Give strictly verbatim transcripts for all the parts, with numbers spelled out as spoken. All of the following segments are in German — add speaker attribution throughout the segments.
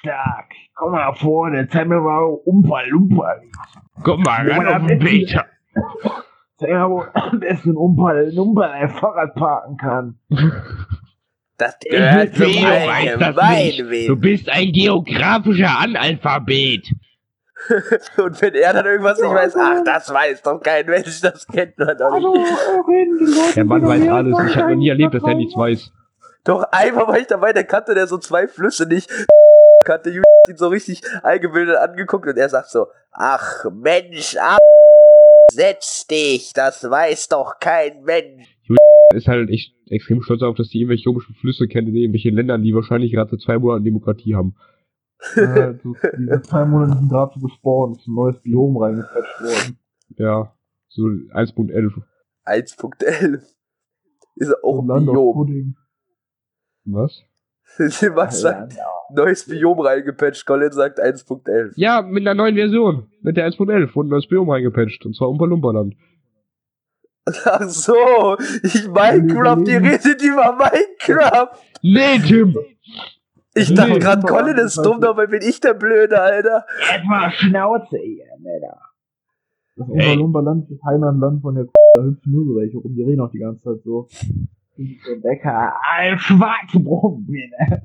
Speaker 1: stark. Komm mal vorne, zeig mir mal Umpa Lumpa.
Speaker 2: Komm mal ran auf den Peter.
Speaker 1: Zeig mir mal, wo am besten Umpa Lumpa ein Fahrrad parken kann.
Speaker 3: Das gehört zum
Speaker 2: Theo weiß das nicht.
Speaker 3: Allgemeinwissen.
Speaker 2: Du bist ein geografischer Analphabet.
Speaker 3: Und wenn er dann irgendwas nicht weiß, ach, das weiß doch kein Mensch, das kennt man doch
Speaker 1: Hallo,
Speaker 3: nicht.
Speaker 1: Eurin, die Leute,
Speaker 2: Der Mann
Speaker 1: die
Speaker 2: weiß
Speaker 1: noch
Speaker 2: alles. Ich habe noch nie erlebt, dass er nichts weiß.
Speaker 3: Doch einmal war ich dabei, der kannte der so zwei Flüsse nicht. Kannte Julian ihn so richtig eingebildet angeguckt und er sagt so, ach Mensch, ab, setz dich, das weiß doch kein Mensch.
Speaker 2: Ist halt echt extrem stolz darauf, dass die irgendwelche komischen Flüsse kennen in irgendwelchen Ländern, die wahrscheinlich gerade seit zwei Monaten Demokratie haben.
Speaker 1: Ja, so, diese zwei Monate sind gerade so gespawnt, ist ein neues Biom reingepatcht worden.
Speaker 2: Ja, so eins Punkt elf.
Speaker 3: eins Punkt elf. Ist auch ein
Speaker 1: Land of
Speaker 3: Biom.
Speaker 1: Pudding.
Speaker 2: Was?
Speaker 3: Was sagt, neues Biom reingepatcht, Colin sagt eins Punkt elf.
Speaker 2: Ja, mit einer neuen Version. Mit der eins Punkt elf wurde ein neues Biom reingepatcht. Und zwar Umpa Lumpa Land.
Speaker 3: Ach so, ich Minecraft, die redet über Minecraft.
Speaker 2: Nee, Tim!
Speaker 3: Ich
Speaker 2: Nee.
Speaker 3: dachte gerade, Colin ist dumm, dabei bin ich der Blöde, Alter.
Speaker 1: Etwa Schnauze, ihr Männer. Das
Speaker 2: Ey.
Speaker 1: Umpa-Lumpa-Land ist Heimatland von der K***, da hüpfen nur so welche rum, die reden auch die ganze Zeit so. Der Bäcker, ein Schwarzbrot, bitte.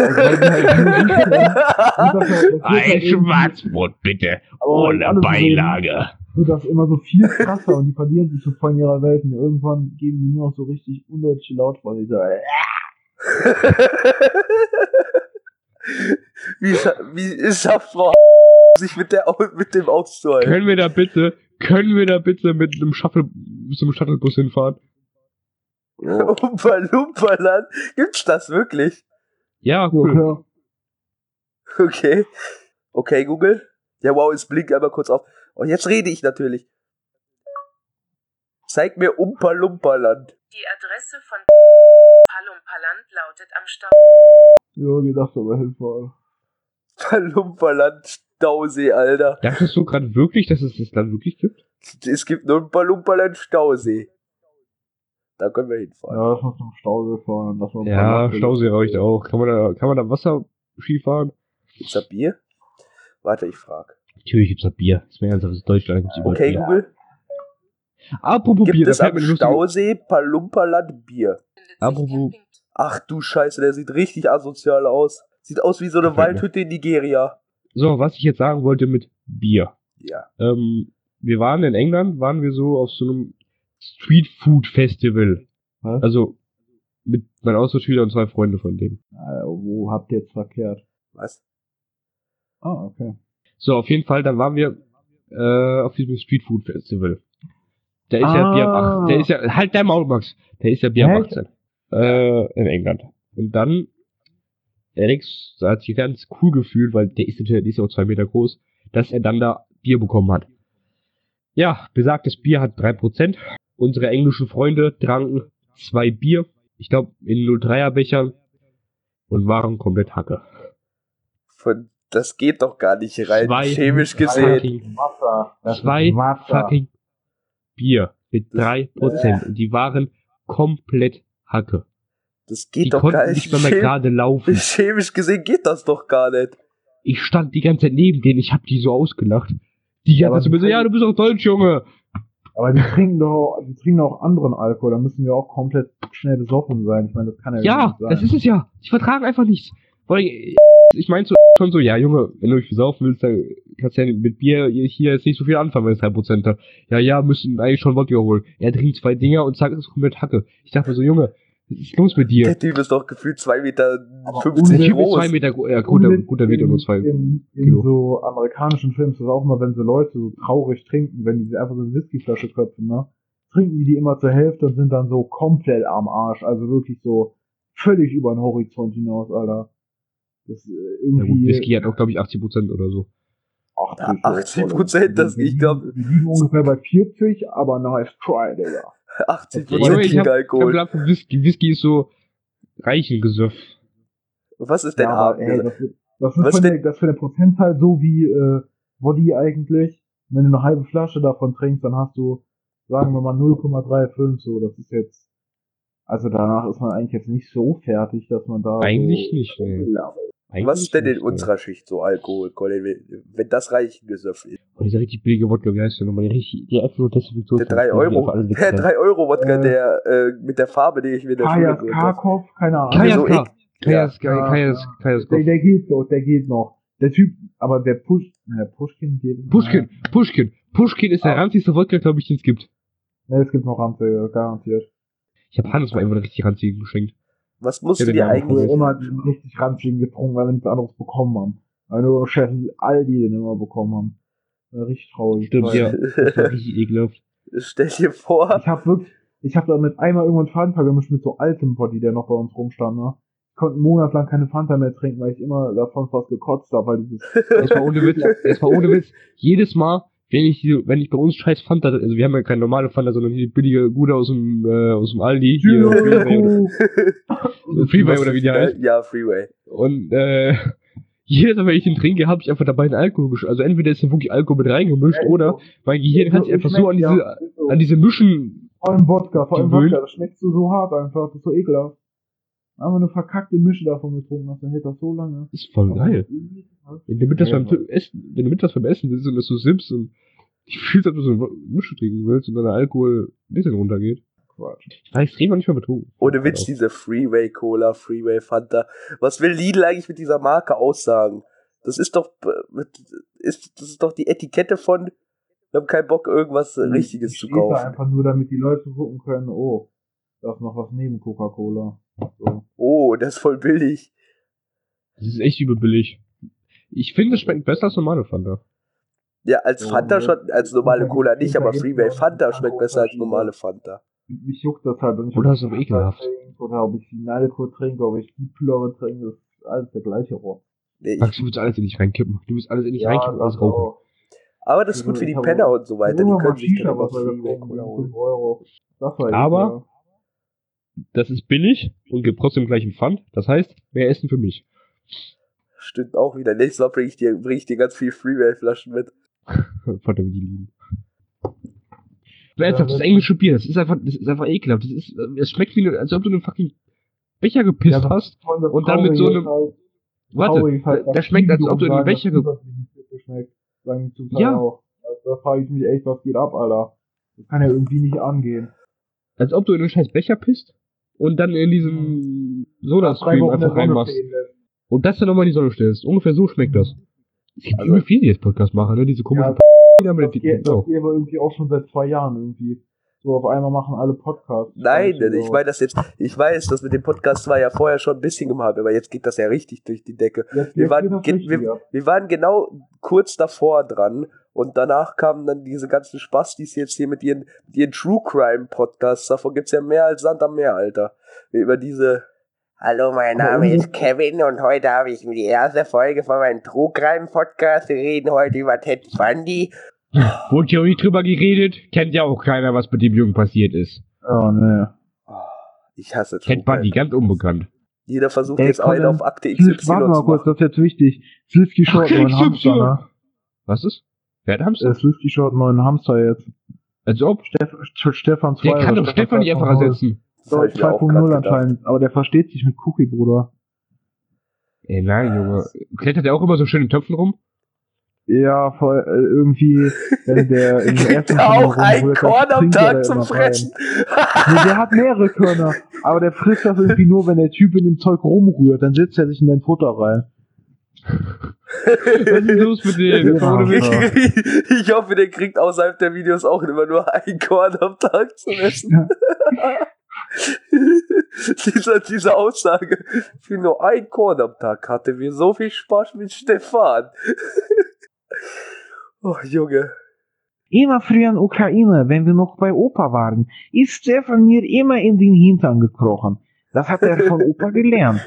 Speaker 2: Ein Schwarzbrot, bitte. Ohne Beilage.
Speaker 1: Wird das immer so viel krasser und die verlieren sich so voll in ihrer Welt und irgendwann geben die nur noch so richtig undeutsche Lautworte. So, äh,
Speaker 3: wie, scha wie schafft Frau sich mit, der, Au- mit dem auszuhalten?
Speaker 2: Können wir da bitte, können wir da bitte mit einem Shuttle, mit so einem Shuttlebus hinfahren?
Speaker 3: Umpa Lumpa Land? Gibt's das wirklich?
Speaker 2: Ja,
Speaker 1: ja,
Speaker 2: cool.
Speaker 1: klar.
Speaker 3: Okay. Okay, Google. Ja, wow, es blinkt einmal kurz auf. Und jetzt rede ich natürlich. Zeig mir Umpa Lumpa Land.
Speaker 4: Die Adresse von Palumpaland lautet am Stau.
Speaker 1: Ja, geh das aber hinfahren.
Speaker 3: Umpa Lumpa Land, Stausee, Alter.
Speaker 2: Dachtest du gerade wirklich, dass es das Land wirklich gibt?
Speaker 3: Es gibt nur Umpa Lumpa Land, Stausee. Da können wir hinfahren.
Speaker 1: Ja, lass mal zum Stausee fahren. Lass mal ein paar
Speaker 2: Ja,
Speaker 1: Nacht-
Speaker 2: Stausee reicht auch. Kann man da, kann man da Wasserski fahren?
Speaker 3: Gibt's da Bier? Warte, ich frag.
Speaker 2: Natürlich gibt's da Bier. Ist mir ernsthaft, in Deutschland gibt's überall
Speaker 3: Okay,
Speaker 2: Bier.
Speaker 3: Google.
Speaker 2: Apropos
Speaker 3: Gibt
Speaker 2: Bier, da
Speaker 3: es
Speaker 2: fällt
Speaker 3: am
Speaker 2: mir eine lustige-
Speaker 3: Stausee Palumperland Bier?
Speaker 2: Apropos-
Speaker 3: Ach du Scheiße, der sieht richtig asozial aus. Sieht aus wie so eine
Speaker 2: Gefällt mir.
Speaker 3: Waldhütte in Nigeria.
Speaker 2: So, was ich jetzt sagen wollte mit Bier.
Speaker 3: Ja.
Speaker 2: Ähm, wir waren in England, waren wir so auf so einem Street Food Festival.
Speaker 1: Was?
Speaker 2: Also mit meinem Austauschschüler und zwei Freunde von dem.
Speaker 1: Äh, wo habt ihr jetzt verkehrt?
Speaker 3: Was?
Speaker 1: Ah, okay.
Speaker 2: So, auf jeden Fall, dann waren wir äh, auf diesem Street Food Festival. Der ist ja
Speaker 1: Ah.
Speaker 2: Bier ab achtzehn. Der ist ja, halt dein Maul, Max. Der ist ja Bier ab
Speaker 1: Hä?
Speaker 2: achtzehn. Äh, in England. Und dann, Alex hat sich ganz cool gefühlt, weil der ist natürlich, der ist ja auch zwei Meter groß, dass er dann da Bier bekommen hat. Ja, besagtes Bier hat drei Prozent. Unsere englischen Freunde tranken zwei Bier, ich glaube in null Komma dreier Bechern und waren komplett Hacke.
Speaker 3: Von, das geht doch gar nicht rein,
Speaker 2: Zwei
Speaker 3: chemisch gesehen.
Speaker 2: fucking-
Speaker 1: Wasser. Das
Speaker 2: Zwei
Speaker 1: ist Wasser.
Speaker 2: fucking Bier mit drei Prozent und die waren komplett Hacke.
Speaker 3: Das
Speaker 2: Die
Speaker 3: geht doch
Speaker 2: konnten
Speaker 3: gar nicht.
Speaker 2: nicht mal mehr
Speaker 3: Chem
Speaker 2: gerade laufen.
Speaker 3: chemisch gesehen geht das doch gar nicht.
Speaker 2: Ich stand die ganze Zeit neben denen, ich hab die so ausgelacht. Die
Speaker 1: Ja,
Speaker 2: ganze
Speaker 1: aber
Speaker 2: Zeit so, mir so,
Speaker 1: die-
Speaker 2: ja, du bist doch deutsch, Junge.
Speaker 1: Aber die trinken doch, die trinken auch anderen Alkohol, da müssen wir auch komplett schnell besoffen sein. Ich meine, das kann ja
Speaker 2: Ja,
Speaker 1: nicht sein.
Speaker 2: das ist es ja. Die vertragen einfach nichts. Weil, ich meinte so, schon so, ja, Junge, wenn du dich besaufen willst, dann kannst du ja mit Bier hier jetzt nicht so viel anfangen, wenn es drei Prozent hat. Ja, ja, müssen eigentlich schon Wodka holen. Er trinkt zwei Dinger und zack, ist komplett Hacke. Ich dachte mir so, Junge, was ist los mit dir?
Speaker 3: Der Typ ist doch gefühlt zwei Meter
Speaker 1: Aber
Speaker 3: fünfzig
Speaker 2: Der
Speaker 1: unwitzig-
Speaker 2: Typ ist
Speaker 3: groß.
Speaker 2: zwei Meter groß. Ja, gut, der,
Speaker 1: Unwitzig
Speaker 2: gut, der wiegt ja nur zwei.
Speaker 1: In, in
Speaker 2: Kilo.
Speaker 1: so amerikanischen Filmen ist das auch immer, wenn so Leute so traurig trinken, wenn die einfach so eine Whiskyflasche köpfen, ne? Trinken die die immer zur Hälfte und sind dann so komplett am Arsch. Also wirklich so völlig über den Horizont hinaus, Alter. Das äh,
Speaker 2: Ja
Speaker 1: irgendwie.
Speaker 2: gut, Whisky hat auch, glaube ich, achtzig Prozent oder so.
Speaker 1: achtzig,
Speaker 3: achtzig Prozent, das-
Speaker 1: Wir
Speaker 3: ich glaub-
Speaker 1: liegen- Wir liegen ungefähr bei vierzig, aber nice try, Digga.
Speaker 3: achtzig
Speaker 2: Junge,
Speaker 3: Prozent
Speaker 2: ich hab, ich hab
Speaker 3: Alkohol.
Speaker 2: gedacht, Whisky, Whisky ist so Reichengesöff.
Speaker 3: Was ist denn
Speaker 1: Ja, aber,
Speaker 3: Abend?
Speaker 1: ey, das, ist- das ist
Speaker 3: Was
Speaker 1: von
Speaker 3: denn?
Speaker 1: der, das für eine Prozentzahl so wie äh, Body eigentlich. Wenn du eine halbe Flasche davon trinkst, dann hast du, sagen wir mal, null Komma fünfunddreißig, so. Das ist jetzt, also danach ist man eigentlich jetzt nicht so fertig, dass man da
Speaker 2: Eigentlich
Speaker 1: so,
Speaker 2: nicht, nee. Eigentlich
Speaker 3: Was ist denn in
Speaker 2: nicht,
Speaker 3: unserer Schicht so Alkohol, Colin, wenn wenn das reichen Gesöff ist?
Speaker 2: Oh, dieser richtig billige Wodka, wie heißt der nochmal? Die richtig, die einfach nur Desinfektion.
Speaker 3: Der drei Euro, der drei Euro Wodka,
Speaker 1: Äh,
Speaker 3: der äh, mit der Farbe, die ich mir in der Schule
Speaker 1: Kajas
Speaker 3: geholt habe.
Speaker 1: Karkov, keine Ahnung.
Speaker 3: Kajas-
Speaker 2: Kajas,
Speaker 3: so
Speaker 2: Kajas,
Speaker 1: Ja,
Speaker 2: Kajas, Kajas,
Speaker 1: Der, der geht noch, der geht noch. Der Typ, aber der Push, der Pushkin geht.
Speaker 2: Pushkin, Pushkin, Pushkin ist der
Speaker 1: Ah.
Speaker 2: ranzigste Wodka, glaube ich, den es gibt.
Speaker 1: Ne, es gibt noch Ranze, garantiert.
Speaker 2: Ich habe Hannes mal immer einen richtig ranzigen geschenkt.
Speaker 3: Was musst
Speaker 2: Ja,
Speaker 3: du
Speaker 2: den
Speaker 3: dir
Speaker 2: Namen
Speaker 3: eigentlich...
Speaker 1: Früher immer den richtig ranzigen getrunken, weil wir nichts anderes bekommen haben. Weil nur Chef Aldi den immer bekommen haben. War richtig traurig.
Speaker 2: Stimmt,
Speaker 1: Weil
Speaker 2: ja. Das war richtig ekelhaft.
Speaker 3: Stell dir vor,
Speaker 1: Ich hab wirklich, ich hab damit einmal irgendwann Fanta gemischt mit so altem Body, der noch bei uns rumstand, ne? Ich konnte einen Monat lang keine Fanta mehr trinken, weil ich immer davon fast gekotzt habe, weil dieses,
Speaker 2: Es war ohne Witz, es war ohne Witz. Jedes Mal, wenn ich, hier- wenn ich bei uns scheiß Fanta, also wir haben ja keine normale Fanta, sondern hier die billige Gute aus dem, äh, aus dem Aldi, hier, Freeway oder, Freeway oder wie die heißt.
Speaker 3: Ja, Freeway.
Speaker 2: Und, äh, jedes Mal, wenn ich den trinke, habe ich einfach dabei einen Alkohol gemischt. Also entweder ist da wirklich Alkohol mit reingemischt, oder mein Gehirn hat sich einfach so an diese, an diese Mischen,
Speaker 1: Vor allem Wodka, vor allem
Speaker 2: gewöhnt.
Speaker 1: Wodka, das schmeckt so, so hart einfach, das ist so ekelhaft. Einfach eine verkackte Mische davon getrunken hast, dann hält das so lange.
Speaker 2: ist voll geil. Wenn du mittags beim Essen, wenn du mittags beim Essen sitzt und das so sippst und ich fühlst, als ob du so eine Mische trinken willst und dann der Alkohol ein bisschen runtergeht.
Speaker 1: Quatsch.
Speaker 2: Ich war extrem noch nicht mehr betrunken.
Speaker 3: Ohne Witz, diese Freeway Cola, Freeway Fanta. Was will Lidl eigentlich mit dieser Marke aussagen? Das ist doch, äh, ist, das ist doch die Etikette von, wir haben keinen Bock, irgendwas äh, Richtiges
Speaker 1: Die
Speaker 3: zu
Speaker 1: steht da
Speaker 3: kaufen.
Speaker 1: einfach nur, damit die Leute gucken können, oh, da ist noch was neben Coca-Cola. So.
Speaker 3: Oh, das ist voll billig.
Speaker 2: Das ist echt überbillig. Ich finde, es schmeckt besser als normale Fanta.
Speaker 3: Ja, als
Speaker 1: Oh,
Speaker 3: Fanta
Speaker 1: ne?
Speaker 3: schon, als normale
Speaker 1: Unter-
Speaker 3: Cola nicht, aber
Speaker 1: unter-
Speaker 3: Freeway
Speaker 1: unter-
Speaker 3: Fanta
Speaker 1: unter-
Speaker 3: schmeckt besser als
Speaker 1: Unterschiede.
Speaker 3: normale Fanta.
Speaker 1: Mich juckt das halt, wenn ich
Speaker 2: Oder ist es
Speaker 1: Fanta
Speaker 2: ekelhaft?
Speaker 1: trinke, oder ob ich die Nalco trinke, ob ich die Plörre trinke, das ist alles der gleiche Rot.
Speaker 3: Nee,
Speaker 2: Max,
Speaker 3: ich,
Speaker 2: du willst alles in dich reinkippen. Du willst alles in dich reinkippen und alles
Speaker 1: das
Speaker 2: rauchen.
Speaker 1: auch.
Speaker 3: aber das ist gut für die
Speaker 1: Ich habe-
Speaker 3: Penner und so weiter. Die
Speaker 1: Nur mal
Speaker 3: können sich dann
Speaker 1: Shisha,
Speaker 3: aber
Speaker 1: was wir
Speaker 3: Freeway
Speaker 1: getrunken
Speaker 3: Cola
Speaker 1: haben,
Speaker 3: holen.
Speaker 1: fünf Euro. Das war
Speaker 2: Aber-
Speaker 1: ekelhaft.
Speaker 2: Das ist billig und gibt trotzdem gleich einen Pfand. Das heißt, mehr Essen für mich.
Speaker 3: Stimmt auch wieder. Nächstes Mal bringe ich dir, bring ich dir ganz viel Freeway-Flaschen mit.
Speaker 2: Vater, wie die lieben. Ernsthaft, das englische Bier, das ist einfach, das ist einfach ekelhaft. Das ist, es schmeckt wie, eine- als ob du einen fucking Becher gepisst
Speaker 1: Ja,
Speaker 2: hast.
Speaker 1: Voll das
Speaker 2: und dann mit so
Speaker 1: Traurige
Speaker 2: einem-
Speaker 1: ist halt-
Speaker 2: Warte,
Speaker 1: traurig ist halt,
Speaker 2: der
Speaker 1: dass
Speaker 2: schmeckt, als
Speaker 1: viele
Speaker 2: ob du in einen
Speaker 1: sagen,
Speaker 2: Becher
Speaker 1: dass
Speaker 2: ge...
Speaker 1: überflüssig schmeckt. Sagen die zum Teil
Speaker 2: Ja.
Speaker 1: auch. Also, da frage ich mich echt, was geht ab, Alter. Das kann ja irgendwie nicht angehen.
Speaker 2: Als ob du in einen scheiß Becher pisst und dann in diesen
Speaker 1: Drei
Speaker 2: Soda-Stream
Speaker 1: Wochen in der
Speaker 2: einfach
Speaker 1: Sonne
Speaker 2: reinmachst.
Speaker 1: stehen lässt.
Speaker 2: Und das dann nochmal in die Sonne stellst. Ungefähr so schmeckt das. Es gibt
Speaker 3: Also-
Speaker 2: übel viele, die jetzt Podcast machen, ne? Diese komischen
Speaker 1: Ja,
Speaker 2: die da mit
Speaker 1: Das
Speaker 2: den
Speaker 1: geht,
Speaker 2: Dicken
Speaker 1: das
Speaker 2: auch.
Speaker 1: geht aber irgendwie auch schon seit zwei Jahren irgendwie. So auf einmal machen alle Podcasts.
Speaker 3: Nein,
Speaker 1: Also,
Speaker 3: ich meine das jetzt, ich weiß, das mit dem Podcast war ja vorher schon ein bisschen gemacht, aber jetzt geht das ja richtig durch die Decke.
Speaker 1: jetzt,
Speaker 3: Wir
Speaker 1: jetzt
Speaker 3: waren,
Speaker 1: geht das
Speaker 3: ge-
Speaker 1: richtig
Speaker 3: wir,
Speaker 1: ab.
Speaker 3: wir waren genau kurz davor dran und danach kamen dann diese ganzen Spastis jetzt hier mit ihren, mit ihren True Crime Podcasts. Davon gibt's ja mehr als Sand am Meer, Alter. Über diese Hallo, mein
Speaker 1: Aber
Speaker 3: Name
Speaker 1: unsere-
Speaker 3: ist Kevin und heute habe ich die erste Folge von meinem True Crime Podcast. Wir reden heute über Ted Bundy.
Speaker 2: Wurde ja auch nicht drüber geredet. Kennt ja auch keiner, was mit dem Jungen passiert ist.
Speaker 1: Oh, ne.
Speaker 3: Oh, ich hasse True
Speaker 2: Ted Bundy,
Speaker 3: Crime.
Speaker 2: ganz unbekannt.
Speaker 3: Jeder versucht
Speaker 1: Ey,
Speaker 3: jetzt einen
Speaker 1: Colin,
Speaker 3: auf Akte X Y
Speaker 1: Sliff, warte
Speaker 3: zu
Speaker 1: mal kurz,
Speaker 3: machen.
Speaker 1: das ist jetzt wichtig. Slivky Short
Speaker 2: Okay,
Speaker 1: neuen Hamster,
Speaker 2: X Y.
Speaker 1: ne?
Speaker 2: Was ist? Wer hat Hamster?
Speaker 1: Äh, Slivky Short neuen Hamster jetzt.
Speaker 2: Als ob.
Speaker 1: Steff, Stefan zwei.
Speaker 2: Der kann
Speaker 1: oder
Speaker 2: doch Stefan nicht einfach
Speaker 1: zwei Punkt null.
Speaker 2: ersetzen.
Speaker 3: Das hab ich mir auch
Speaker 1: zwei Punkt null
Speaker 3: grad gedacht.
Speaker 1: anscheinend, aber der versteht sich mit Cookie, Bruder.
Speaker 2: Ey, nein, Junge. Klettert der auch immer so schön in Töpfen rum?
Speaker 1: Ja, voll, äh, irgendwie, wenn der in der ersten
Speaker 3: Der auch
Speaker 1: Stunde
Speaker 3: ein
Speaker 1: rumrührt,
Speaker 3: Korn
Speaker 1: dann
Speaker 3: am
Speaker 1: trinkt er
Speaker 3: Tag
Speaker 1: da
Speaker 3: zum
Speaker 1: immer
Speaker 3: Fressen.
Speaker 1: rein. Nee, der hat mehrere Körner, aber der frisst das irgendwie nur, wenn der Typ in dem Zeug rumrührt, dann setzt er sich in sein Futter rein.
Speaker 2: Was ist los mit dem?
Speaker 1: Ja.
Speaker 2: Ohne Witz.
Speaker 3: Ich hoffe, der kriegt außerhalb der Videos auch immer nur ein Korn am Tag zu essen. diese, diese Aussage, für nur ein Korn am Tag hatten wir so viel Spaß mit Stefan. Oh, Junge.
Speaker 1: Immer früher in Ukraine, wenn wir noch bei Opa waren, ist Stefan mir immer in den Hintern gekrochen. Das hat er von Opa gelernt.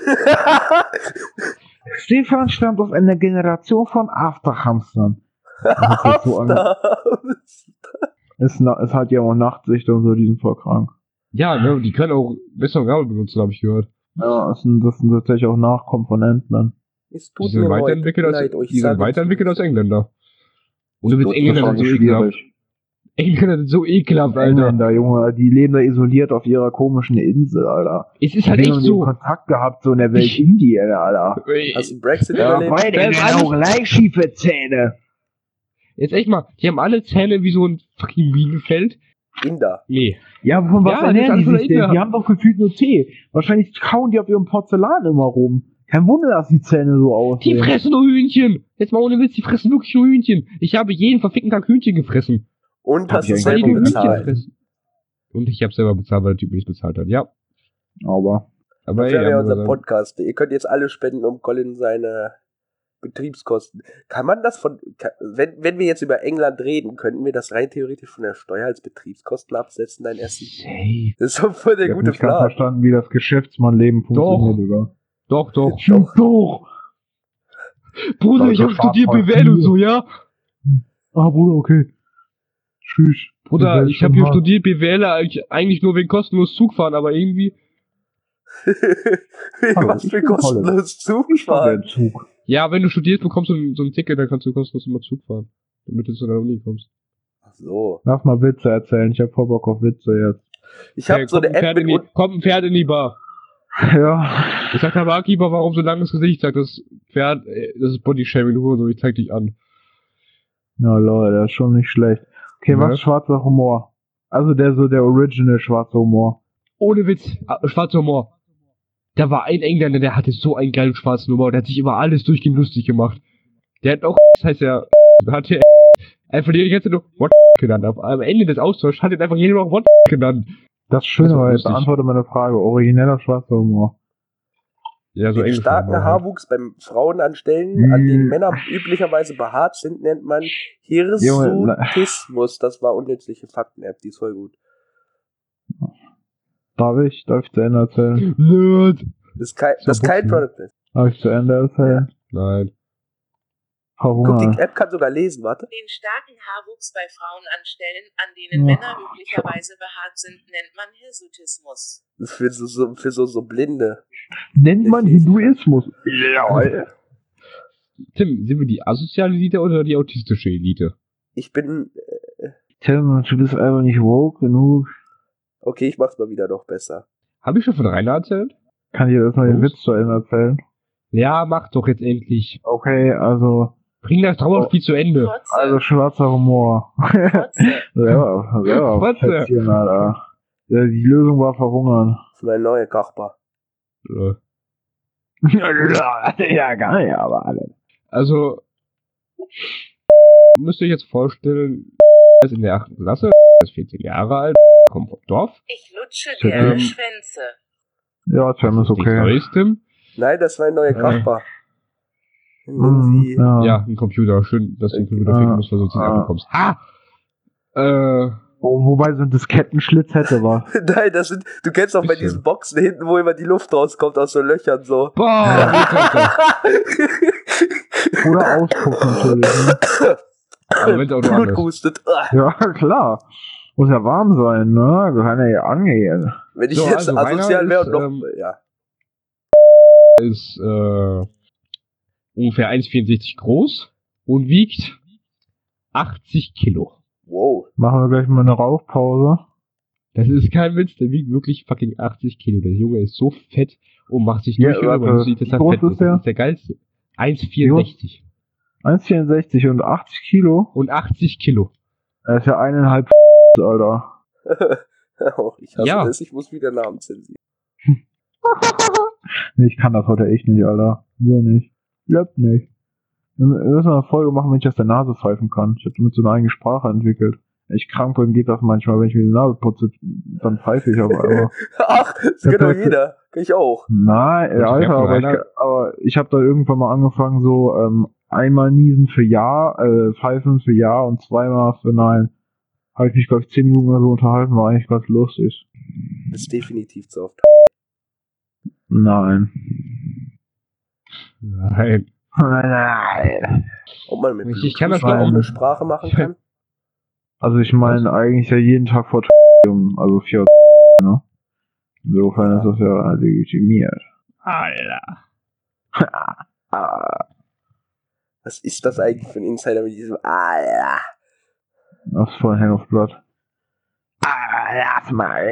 Speaker 1: Stefan stammt aus einer Generation von Afterhamstern. Das ist so an- ist, na- ist halt ja auch Nachtsicht und so, die sind voll krank.
Speaker 2: Ja, ne, die können auch besser Gabel benutzen, habe ich gehört.
Speaker 1: Ja, das sind, das sind tatsächlich auch Nachkommen von Ant-Man.
Speaker 3: Es
Speaker 2: Die
Speaker 3: tut
Speaker 2: sind
Speaker 3: mir heute
Speaker 2: weiterentwickelt als,
Speaker 3: leid, euch
Speaker 2: die sind
Speaker 3: sagen zu
Speaker 2: weiterentwickelt als
Speaker 3: müssen.
Speaker 2: Engländer. Und du
Speaker 3: Das
Speaker 2: willst
Speaker 3: ist
Speaker 2: Engländer sind so ekelhaft. Engländer sind so ekelhaft, Alter.
Speaker 1: Engländer, Junge, die leben da isoliert auf ihher komischen Insel, Alter.
Speaker 2: Es ist halt
Speaker 1: Wir
Speaker 2: echt
Speaker 1: haben
Speaker 2: so.
Speaker 1: Kontakt gehabt, so in der Welt Indien, Alter.
Speaker 3: Hast du einen Brexit
Speaker 1: Ja,
Speaker 3: überlebt?
Speaker 1: beide,
Speaker 2: Das
Speaker 1: die
Speaker 2: ist
Speaker 1: haben auch
Speaker 2: alles-
Speaker 1: gleich schiefe Zähne.
Speaker 2: Jetzt echt mal, die haben alle Zähne wie so ein fucking Bienenfeld.
Speaker 3: Inder.
Speaker 2: Nee.
Speaker 1: Ja, von was
Speaker 2: Ja, das
Speaker 1: ernähren
Speaker 2: ist
Speaker 1: die
Speaker 2: alles
Speaker 1: sich denn?
Speaker 2: Inder.
Speaker 1: Die haben doch gefühlt nur Tee. Wahrscheinlich kauen die auf ihrem Porzellan immer rum. Kein Wunder, dass die Zähne so
Speaker 2: Die
Speaker 1: aussehen.
Speaker 2: fressen nur Hühnchen. Jetzt mal ohne Witz, die fressen wirklich nur Hühnchen. Ich habe jeden verfickten Tag Hühnchen gefressen.
Speaker 3: Und
Speaker 1: Hab
Speaker 3: hast
Speaker 1: ich
Speaker 3: du
Speaker 1: eigentlich
Speaker 2: Weil die
Speaker 3: selber
Speaker 2: nur
Speaker 1: auch
Speaker 2: Hühnchen
Speaker 3: bezahlt.
Speaker 2: fressen. Und ich habe selber bezahlt, weil der Typ nicht bezahlt hat. Ja.
Speaker 1: Aber
Speaker 2: Aber
Speaker 3: Das
Speaker 2: ey,
Speaker 3: wäre ja
Speaker 2: ja,
Speaker 3: unser
Speaker 2: muss man sagen.
Speaker 3: Podcast. Ihr könnt jetzt alle spenden, um Colin seine Betriebskosten. Kann man das von, kann, wenn, wenn wir jetzt über England reden, könnten wir das rein theoretisch von der Steuer als Betriebskosten absetzen, dein Essen?
Speaker 2: Safe.
Speaker 3: Das ist doch voll der
Speaker 1: ich hab
Speaker 3: gute
Speaker 1: nicht ganz
Speaker 3: Plan.
Speaker 1: verstanden, wie das Geschäftsmannleben funktioniert, oder?
Speaker 2: Doch, doch.
Speaker 1: Doch, doch.
Speaker 2: Bruder,
Speaker 1: Also
Speaker 2: ich habe studiert
Speaker 1: Schwarzwald
Speaker 2: B W L und
Speaker 1: vier.
Speaker 2: so, ja?
Speaker 1: Ah, Bruder, okay. Tschüss.
Speaker 2: Bruder,
Speaker 1: Das
Speaker 2: ich
Speaker 1: ist
Speaker 2: habe
Speaker 1: schon
Speaker 2: hier
Speaker 1: hart.
Speaker 2: studiert B W L eigentlich, eigentlich nur wegen kostenlos Zugfahren, aber irgendwie.
Speaker 1: Hallo,
Speaker 3: Was
Speaker 1: ich
Speaker 3: für
Speaker 1: bin Colin.
Speaker 3: kostenlos
Speaker 1: Ich fahr
Speaker 3: Zugfahren.
Speaker 1: den Zug.
Speaker 2: Ja, wenn du studierst, bekommst du so ein Ticket, dann kannst du kostenlos immer Zug fahren. Damit du zu deiner Uni kommst.
Speaker 3: Ach so.
Speaker 1: Lass mal Witze erzählen. Ich hab voll Bock auf Witze jetzt.
Speaker 3: Ich habe
Speaker 2: Hey,
Speaker 3: so
Speaker 2: kommt
Speaker 3: eine
Speaker 2: ein Pferd
Speaker 3: App
Speaker 2: in
Speaker 3: mit
Speaker 2: die, kommt ein Pferd in die Bar.
Speaker 1: Ja.
Speaker 2: Ich sag der Barkeeper, warum so langes Gesicht? Sagt das Pferd, ey, das ist Bodyshaming, du so, ich zeig dich an.
Speaker 1: Ja, Leute, das ist schon nicht schlecht. Okay,
Speaker 2: Ja.
Speaker 1: was ist schwarzer Humor? Also der so der original schwarze Humor.
Speaker 2: Ohne Witz, äh, schwarzer Humor. Da war ein Engländer, der hatte so einen geilen schwarzen Humor, der hat sich immer alles durchgehend lustig gemacht. Der hat auch, das heißt ja, hat der einfach die ganze Zeit nur What genannt. Aber am Ende des Austauschs hat er einfach jeder noch What genannt.
Speaker 1: Das Schöne
Speaker 2: Das war
Speaker 1: war, jetzt
Speaker 2: lustig.
Speaker 1: beantworte meine Frage. Origineller schwarzer Humor.
Speaker 2: Ja, so
Speaker 3: Den
Speaker 2: Englisch.
Speaker 3: starken
Speaker 2: Humor.
Speaker 3: Haarwuchs beim Frauen an Stellen, an
Speaker 1: Hm.
Speaker 3: denen Männer üblicherweise behaart sind, nennt man Hirsutismus. Das war unnützliche Fakten-App, die ist voll gut.
Speaker 1: Darf ich? Darf ich zu Ende erzählen?
Speaker 2: Nerd.
Speaker 3: Das ist kein,
Speaker 2: So
Speaker 3: das ist kein
Speaker 2: Buchsen.
Speaker 3: Product Placement.
Speaker 1: Darf ich zu Ende erzählen?
Speaker 2: Nein.
Speaker 3: Guck,
Speaker 1: Hunger.
Speaker 3: die App kann sogar lesen, warte.
Speaker 4: Den starken Haarwuchs bei Frauen an Stellen, an denen
Speaker 1: Ja.
Speaker 4: Männer üblicherweise behaart sind, nennt man Hirsutismus.
Speaker 3: Das ist für so, so, für so, so Blinde.
Speaker 1: Nennt man Hinduismus. Ja.
Speaker 2: Tim, sind wir die asoziale Elite oder die autistische Elite?
Speaker 3: Ich bin,
Speaker 1: Tim, du bist einfach nicht woke genug.
Speaker 3: okay, ich mach's mal wieder noch besser.
Speaker 2: Habe ich schon von Rainer erzählt?
Speaker 1: Kann ich dir erstmal den
Speaker 2: Was?
Speaker 1: Witz zu Ende erzählen?
Speaker 2: Ja, mach doch jetzt endlich.
Speaker 1: Okay, also,
Speaker 2: Bring das Trauerspiel zu Ende.
Speaker 4: Fotze,
Speaker 1: also schwarzer Humor.
Speaker 4: Fotze.
Speaker 1: Ja, ja,
Speaker 2: Was?
Speaker 1: Plätzchen, Alter. Ja, die Lösung war verhungern.
Speaker 3: Das ist mein neuer Kochbar.
Speaker 2: Äh,
Speaker 1: Ja, geil, aber alle.
Speaker 2: Also, müsst ihr euch jetzt vorstellen, er ist in der achten Klasse, er ist vierzehn Jahre alt, kommt vom Dorf.
Speaker 4: Ich lutsche
Speaker 1: Ähm,
Speaker 4: gerne Schwänze.
Speaker 1: Ja, Tim ist
Speaker 2: Nichts
Speaker 1: okay.
Speaker 2: Neues, Tim.
Speaker 3: Nein, das ist mein neuer
Speaker 2: Äh.
Speaker 3: Kochbar.
Speaker 1: Mhm,
Speaker 3: Sie,
Speaker 1: ja.
Speaker 2: Ja, ein Computer. Schön, dass du den Computer
Speaker 1: Ah,
Speaker 2: finden musst, weil du sonst nicht
Speaker 1: ah.
Speaker 2: abbekommst. Ha! Äh,
Speaker 1: Wo, wobei so ein Diskettenschlitz hätte was.
Speaker 3: Nein, das sind, du kennst doch bei
Speaker 2: Bisschen.
Speaker 3: diesen Boxen hinten, wo immer die Luft rauskommt aus so Löchern so.
Speaker 2: boah,
Speaker 1: Oder Auspuff natürlich. Ne?
Speaker 2: aber wenn's auch nur
Speaker 3: Blut
Speaker 2: anders.
Speaker 3: gehustet. Ah.
Speaker 1: Ja, klar. Muss ja warm sein, ne? Kann ja hier angehen.
Speaker 3: Wenn ich
Speaker 2: So,
Speaker 3: jetzt
Speaker 2: also
Speaker 3: asozial
Speaker 2: Rainer
Speaker 3: wäre
Speaker 2: ist,
Speaker 3: und noch,
Speaker 2: ähm,
Speaker 3: ja.
Speaker 2: Ist, äh, ungefähr eins Komma vierundsechzig groß und wiegt achtzig Kilo.
Speaker 3: Wow.
Speaker 1: Machen wir gleich mal eine Rauchpause.
Speaker 2: Das ist kein Witz, der wiegt wirklich fucking achtzig Kilo. Der Junge ist so fett und macht sich
Speaker 1: Ja,
Speaker 2: durch und
Speaker 1: warte,
Speaker 2: über. Sieht, dass
Speaker 1: wie
Speaker 2: er
Speaker 1: groß
Speaker 2: fett
Speaker 1: ist
Speaker 2: ist.
Speaker 1: der?
Speaker 2: Das ist der geilste. eins Komma vierundsechzig.
Speaker 1: eins Komma vierundsechzig und achtzig Kilo.
Speaker 2: Und achtzig Kilo.
Speaker 1: Das ist ja eineinhalb Alter.
Speaker 3: Oh, ich hasse
Speaker 2: Ja.
Speaker 3: das, ich muss wieder Namen zensieren.
Speaker 1: Nee, ich kann das heute echt nicht, Alter. Will nicht. Glaubt nicht. Wir müssen eine Folge machen, wenn ich aus der Nase pfeifen kann. Ich habe damit so eine eigene Sprache entwickelt. Wenn ich krank bin, geht das manchmal. Wenn ich mir die Nase putze, dann pfeife ich aber immer.
Speaker 3: Ach, das
Speaker 1: Ja,
Speaker 3: kann doch
Speaker 1: perfekt.
Speaker 3: jeder. Kann ich auch.
Speaker 1: Nein,
Speaker 2: Und
Speaker 1: ja,
Speaker 2: ich
Speaker 1: Alter,
Speaker 2: hab
Speaker 1: aber ich,
Speaker 2: einer-
Speaker 1: aber ich habe da irgendwann mal angefangen, so ähm, einmal niesen für Ja, äh, pfeifen für Ja und zweimal für Nein. Habe ich mich, glaube ich, zehn Minuten oder so unterhalten, war eigentlich ganz lustig.
Speaker 3: Das ist definitiv zu oft.
Speaker 1: Nein.
Speaker 2: Nein.
Speaker 1: Nein.
Speaker 3: Ob man mit
Speaker 2: Ich- ich
Speaker 3: Bluetooth
Speaker 2: kann das
Speaker 3: auch
Speaker 1: doch-
Speaker 3: eine Sprache machen kann?
Speaker 1: Also ich meine eigentlich ja jeden Tag vor also vier ne? Insofern
Speaker 3: Ja.
Speaker 1: ist das ja legitimiert.
Speaker 2: Alter.
Speaker 1: Ah,
Speaker 3: Was ist das eigentlich für ein Insider mit diesem Ah ja.
Speaker 1: Das ist voll Hand of Blood. Ah, lass mal.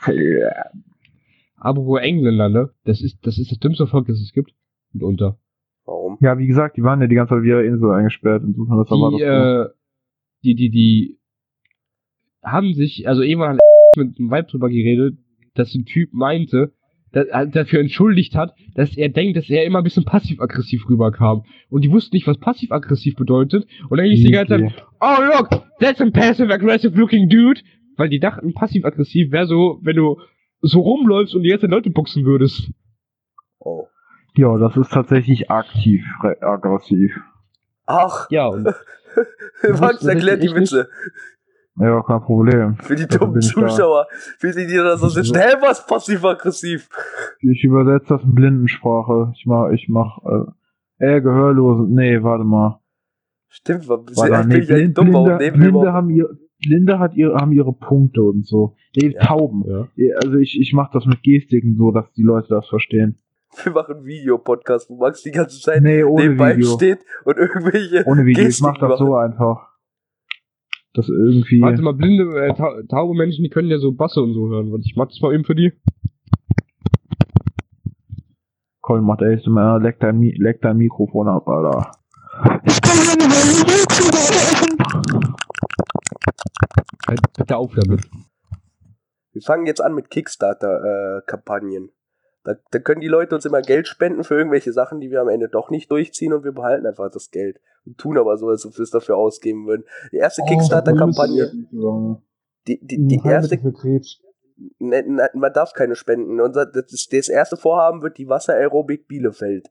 Speaker 2: Aber wo Engländer, ne? Das ist, das ist das dümmste Volk, das es gibt. Mitunter.
Speaker 3: Warum?
Speaker 1: Ja, wie gesagt, die waren ja die ganze Zeit auf ihrer Insel eingesperrt. Insofern, das war
Speaker 2: Die,
Speaker 1: das so.
Speaker 2: äh, die, die, die haben sich, also irgendwann hat mit einem Weib drüber geredet, dass ein Typ meinte, dass er dafür entschuldigt hat, dass er denkt, dass er immer ein bisschen passiv-aggressiv rüberkam. Und die wussten nicht, was passiv-aggressiv bedeutet. Und dann hieß die ganze Zeit, oh look, that's a passive-aggressive looking dude. Weil die dachten, passiv-aggressiv wäre so, wenn du so rumläufst und die ganze Zeit Leute boxen würdest.
Speaker 3: Oh.
Speaker 1: Ja, das ist tatsächlich aktiv re- aggressiv.
Speaker 3: Ach,
Speaker 2: Ja, und
Speaker 3: Max erklärt die
Speaker 2: ich nicht.
Speaker 3: Witze.
Speaker 1: Ja, kein Problem.
Speaker 3: Für die
Speaker 1: Dafür
Speaker 3: dummen
Speaker 1: bin ich da.
Speaker 3: Zuschauer. Für die, die da so sitzen. Hä, was passiv-aggressiv?
Speaker 1: Ich übersetze das in Blindensprache. Ich mach, ich mach, äh, äh Gehörlose. Nee, warte mal.
Speaker 3: Stimmt, war bin
Speaker 1: Warte, nee,
Speaker 3: ich eigentlich
Speaker 1: Blind,
Speaker 3: dumm, warum
Speaker 1: Blinde,
Speaker 3: nehmen wir
Speaker 1: Blinde
Speaker 3: überhaupt?
Speaker 1: haben ihre, Blinde hat ihre, haben ihre Punkte und so. Nee,
Speaker 3: Ja.
Speaker 1: Tauben.
Speaker 2: ja.
Speaker 1: Also ich, ich mach das mit Gestiken so, dass die Leute das verstehen.
Speaker 3: Wir machen einen Videopodcast, wo Max die ganze Zeit
Speaker 1: Nee, ohne
Speaker 3: nebenbei
Speaker 1: Video.
Speaker 3: steht und irgendwelche
Speaker 1: Ohne Video. Ich
Speaker 3: Gestiken
Speaker 1: mach das
Speaker 3: macht.
Speaker 1: so einfach. Das irgendwie.
Speaker 2: Warte mal, blinde, äh, ta taube Menschen, die können ja so Basse und so hören. Warte, ich mach das mal eben für die.
Speaker 1: Colin macht A S M R, leck dein, Mi leck dein Mikrofon ab, Alter.
Speaker 2: Halt bitte auf damit.
Speaker 3: Wir fangen jetzt an mit Kickstarter-Kampagnen. Da, da können die Leute uns immer Geld spenden für irgendwelche Sachen, die wir am Ende doch nicht durchziehen und wir behalten einfach das Geld. Und tun aber so, als ob wir es dafür ausgeben würden. Die erste Kickstarter-Kampagne, die, die, die erste,
Speaker 1: für Krebs.
Speaker 3: ne, ne, man darf keine spenden. Unser, das, ist- das erste Vorhaben wird die Wasser-Aerobik Bielefeld.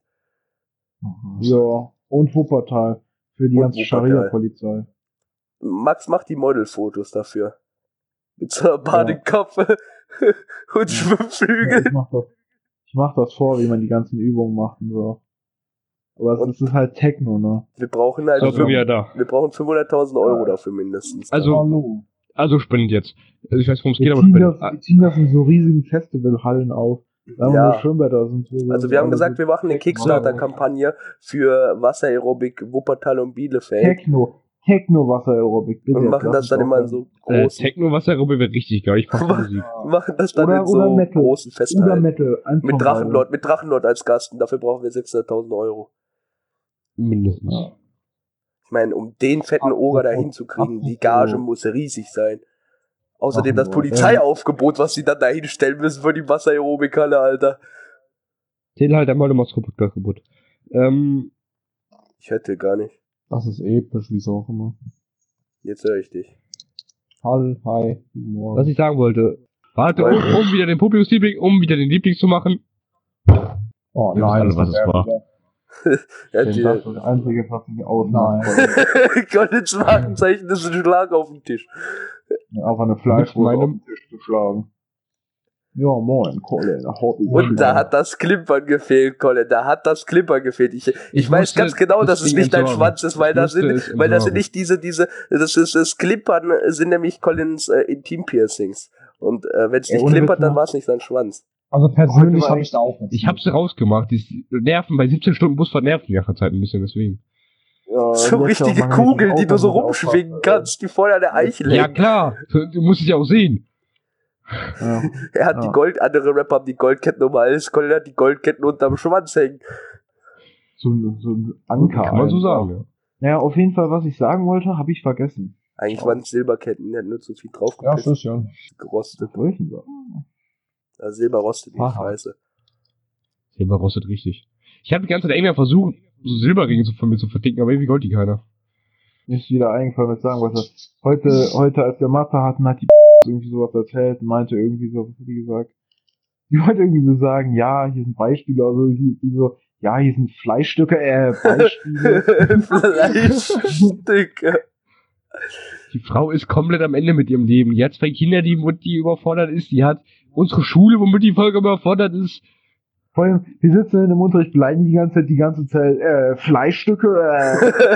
Speaker 1: Ja, und Wuppertal. Für die
Speaker 3: Und
Speaker 1: ganze
Speaker 3: Wuppertal.
Speaker 1: Scharia-Polizei.
Speaker 3: Max macht die Modelfotos dafür. Mit so einer Badekappe und
Speaker 1: Ja.
Speaker 3: Schwimmflügeln.
Speaker 1: Ich mach das, ich mach das vor, wie man die ganzen Übungen macht und so. Aber es ist halt Techno, ne?
Speaker 3: Wir brauchen halt
Speaker 2: So, ich bin
Speaker 3: fünf-
Speaker 2: wieder da.
Speaker 3: wir brauchen fünfhunderttausend Euro dafür mindestens.
Speaker 2: Also,
Speaker 1: Hallo.
Speaker 2: also spendet jetzt. Also ich weiß, worum es geht,
Speaker 1: Wir
Speaker 2: aber
Speaker 1: ziehen,
Speaker 2: spendet.
Speaker 1: das, wir ziehen das in so riesigen Festivalhallen auf. Da haben
Speaker 3: Ja.
Speaker 1: wir Schwimmbäder sind so.
Speaker 3: Also wir haben
Speaker 1: alle
Speaker 3: gesagt,
Speaker 1: so
Speaker 3: wir machen eine
Speaker 1: Techno.
Speaker 3: Kickstarter-Kampagne für Wasser-Aerobik Wuppertal und Bielefeld
Speaker 1: Techno. Techno-Wasser-Aerobik, bitte.
Speaker 3: und machen
Speaker 1: lass
Speaker 3: das
Speaker 1: uns
Speaker 3: dann
Speaker 1: auch
Speaker 3: immer in
Speaker 1: hören.
Speaker 3: so
Speaker 2: Äh,
Speaker 3: großen,
Speaker 2: Techno-Wasser-Ruppe wäre richtig geil. Ich mach die Musik.
Speaker 3: machen das dann
Speaker 1: Oder-
Speaker 3: in so
Speaker 1: oder Metal.
Speaker 3: großen
Speaker 1: Oder
Speaker 3: Festhallen.
Speaker 1: Metal. eins
Speaker 3: Mit
Speaker 1: von
Speaker 3: Drachenlord, mit Drachenlord als Gast und dafür brauchen wir sechshunderttausend Euro.
Speaker 2: Mindestens.
Speaker 1: Ja.
Speaker 3: Ich meine, um den fetten
Speaker 1: Apropos-
Speaker 3: Oger da hinzukriegen, die
Speaker 1: apropos-
Speaker 3: Gage muss riesig sein. Außerdem das
Speaker 1: Drachenlord,
Speaker 3: Polizeiaufgebot, was sie dann da hinstellen müssen für die Wasser-Aerobik-Halle, Alter.
Speaker 2: Zähl halt einmal nochmal das kaputt, kaputt. Ähm,
Speaker 3: Ich hätte gar nicht.
Speaker 1: Das ist episch, wie so auch immer.
Speaker 3: Jetzt höre ich dich.
Speaker 1: Hallo, hi, guten Morgen.
Speaker 2: was ich sagen wollte. Warte, um, um wieder den Publikumsliebling, um wieder den Liebling zu machen.
Speaker 1: Oh
Speaker 2: Wir wissen alle, was es war.
Speaker 3: Ja,
Speaker 1: Das
Speaker 3: die,
Speaker 1: ist das Einzige, was ich ausmache.
Speaker 3: Goldens Markenzeichen ist ein Schlag auf den Tisch.
Speaker 1: Einfach eine Fleischwurst
Speaker 2: Mit
Speaker 1: auf
Speaker 2: meinem-
Speaker 1: den Tisch zu schlagen. Ja, moin, Colin. Hobby.
Speaker 3: Und da hat das Klimpern gefehlt, Colin. Da hat das Klimpern gefehlt. Ich, ich,
Speaker 2: Ich
Speaker 3: weiß
Speaker 2: musste
Speaker 3: ganz genau, dass
Speaker 2: das
Speaker 3: es
Speaker 2: Ding
Speaker 3: nicht dein
Speaker 2: entsorgen.
Speaker 3: Schwanz ist, weil
Speaker 2: Ich
Speaker 3: da
Speaker 2: musste
Speaker 3: sind,
Speaker 2: es
Speaker 3: weil das sind
Speaker 2: entsorgen.
Speaker 3: nicht diese, diese, das ist das Klimpern sind nämlich Collins äh, Intim-Piercings. Und äh, wenn es
Speaker 1: Ey,
Speaker 3: nicht
Speaker 1: ohne
Speaker 3: klimpert,
Speaker 1: Witz
Speaker 3: dann
Speaker 1: mal.
Speaker 3: war es nicht sein Schwanz.
Speaker 5: Also persönlich
Speaker 1: Heute war
Speaker 5: habe ich da auch nichts.
Speaker 2: Ich hab's rausgemacht. Die Nerven bei siebzehn Stunden Busfahrt nerven die ganze Zeit ein bisschen, deswegen.
Speaker 1: Ja,
Speaker 3: So
Speaker 1: jetzt
Speaker 3: richtige
Speaker 1: auch mal
Speaker 3: Kugeln, die
Speaker 1: richtig
Speaker 3: du so
Speaker 1: aufpassen,
Speaker 3: rumschwingen
Speaker 1: aufpassen.
Speaker 3: kannst, die voll an der Eichel
Speaker 2: Ja
Speaker 3: hängen.
Speaker 2: klar, du musst es ja auch sehen.
Speaker 1: Ja.
Speaker 3: Er hat die
Speaker 1: Ja.
Speaker 3: Gold, andere Rapper haben die Goldketten um den Hals, Colin hat die Goldketten unterm Schwanz hängen.
Speaker 1: So, ein- so ein Anker.
Speaker 2: Kann man so
Speaker 1: einfach.
Speaker 2: sagen, ja.
Speaker 1: Ja, auf jeden Fall, was ich sagen wollte, habe ich vergessen.
Speaker 3: Eigentlich waren es Silberketten, der hat nur zu viel
Speaker 5: Ja,
Speaker 3: draufgepasst,
Speaker 5: das ist ja.
Speaker 3: gerostet.
Speaker 1: Was soll ich denn sagen?
Speaker 3: Ja, Silber rostet nicht,
Speaker 5: Aha.
Speaker 3: scheiße.
Speaker 2: Silber rostet richtig. Ich habe die ganze Zeit irgendwann versucht, so Silberringe zu- von mir zu verdicken, aber irgendwie wollte die keiner.
Speaker 1: Mir ist wieder eingefallen, was ich sagen wollte. Heute, heute, als wir Mathe hatten, hat die irgendwie sowas erzählt und meinte irgendwie so, was hat die gesagt? Die wollte irgendwie so sagen, ja, hier sind Beispiele, also hier, die so, ja, hier sind Fleischstücke, äh, Beispiele.
Speaker 3: Fleischstücke.
Speaker 2: Die Frau ist komplett am Ende mit ihrem Leben. Die hat zwei Kinder, die, womit die überfordert ist. Die hat unsere Schule, womit die vollkommen überfordert ist.
Speaker 1: Vor allem, wir sitzen in dem Unterricht, beleidigen die ganze Zeit, die ganze Zeit, äh, Fleischstücke, äh,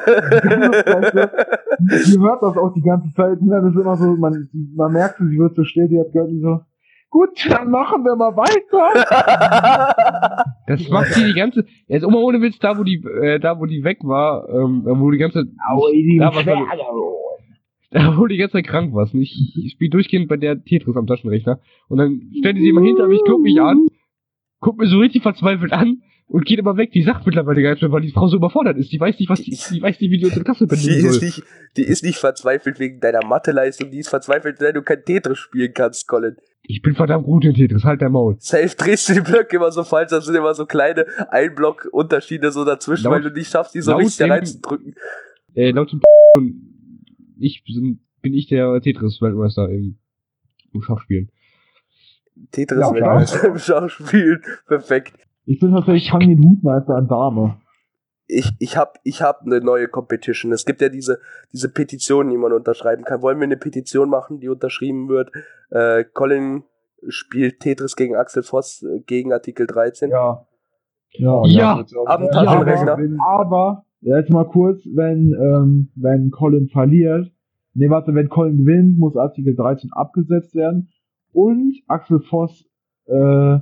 Speaker 1: ihr hört das auch die ganze Zeit, und dann ist immer so, man, man merkt, sie wird so still, die hat gehört, die so, gut, dann machen wir mal weiter.
Speaker 2: Das macht sie die ganze. Jetzt immer ohne Witz, da wo die, äh, da wo die weg war, ähm, wo die ganze.
Speaker 1: Au, die
Speaker 2: da, was man,
Speaker 1: Pferde.
Speaker 2: obwohl die ganze Zeit krank warst. Und ich, ich spiele durchgehend bei der Tetris am Taschenrechner. Und dann stellt sie immer hinter mich, guckt mich an, guckt mir so richtig verzweifelt an und geht immer weg. Die sagt mittlerweile gar nicht mehr, weil die Frau so überfordert ist. Die weiß nicht, was die, die weiß nicht, wie die unsere Klasse
Speaker 3: Die
Speaker 2: bedienen
Speaker 3: ist,
Speaker 2: soll.
Speaker 3: nicht, die ist nicht verzweifelt wegen deiner Matheleistung, die ist verzweifelt, weil du kein Tetris spielen kannst, Colin.
Speaker 2: Ich bin verdammt gut in Tetris, halt dein Maul.
Speaker 3: Safe drehst du die Blöcke immer so falsch, das sind immer so kleine Einblock-Unterschiede so dazwischen,
Speaker 2: Laut-
Speaker 3: weil du nicht schaffst, die so
Speaker 2: laut
Speaker 3: richtig
Speaker 2: dem-
Speaker 3: reinzudrücken.
Speaker 2: Äh, laut dem ich bin, bin ich der Tetris-Weltmeister im, im Schachspielen.
Speaker 3: Tetris
Speaker 1: Ja,
Speaker 3: Weltmeister im Schauspielen, perfekt.
Speaker 1: Ich bin tatsächlich Fangen Hutmeister an Dame.
Speaker 3: Ich, ich hab, ich hab eine neue Competition. Es gibt ja diese, diese Petition, die man unterschreiben kann. Wollen wir eine Petition machen, die unterschrieben wird? Äh, Colin spielt Tetris gegen Axel Voss äh, gegen Artikel dreizehn.
Speaker 1: Ja. Ja,
Speaker 2: Ja,
Speaker 3: am
Speaker 1: aber,
Speaker 3: Taschenrechner.
Speaker 1: aber, jetzt mal kurz, wenn, ähm, wenn Colin verliert, nee, warte, wenn Colin gewinnt, muss Artikel dreizehn abgesetzt werden und Axel Voss, äh,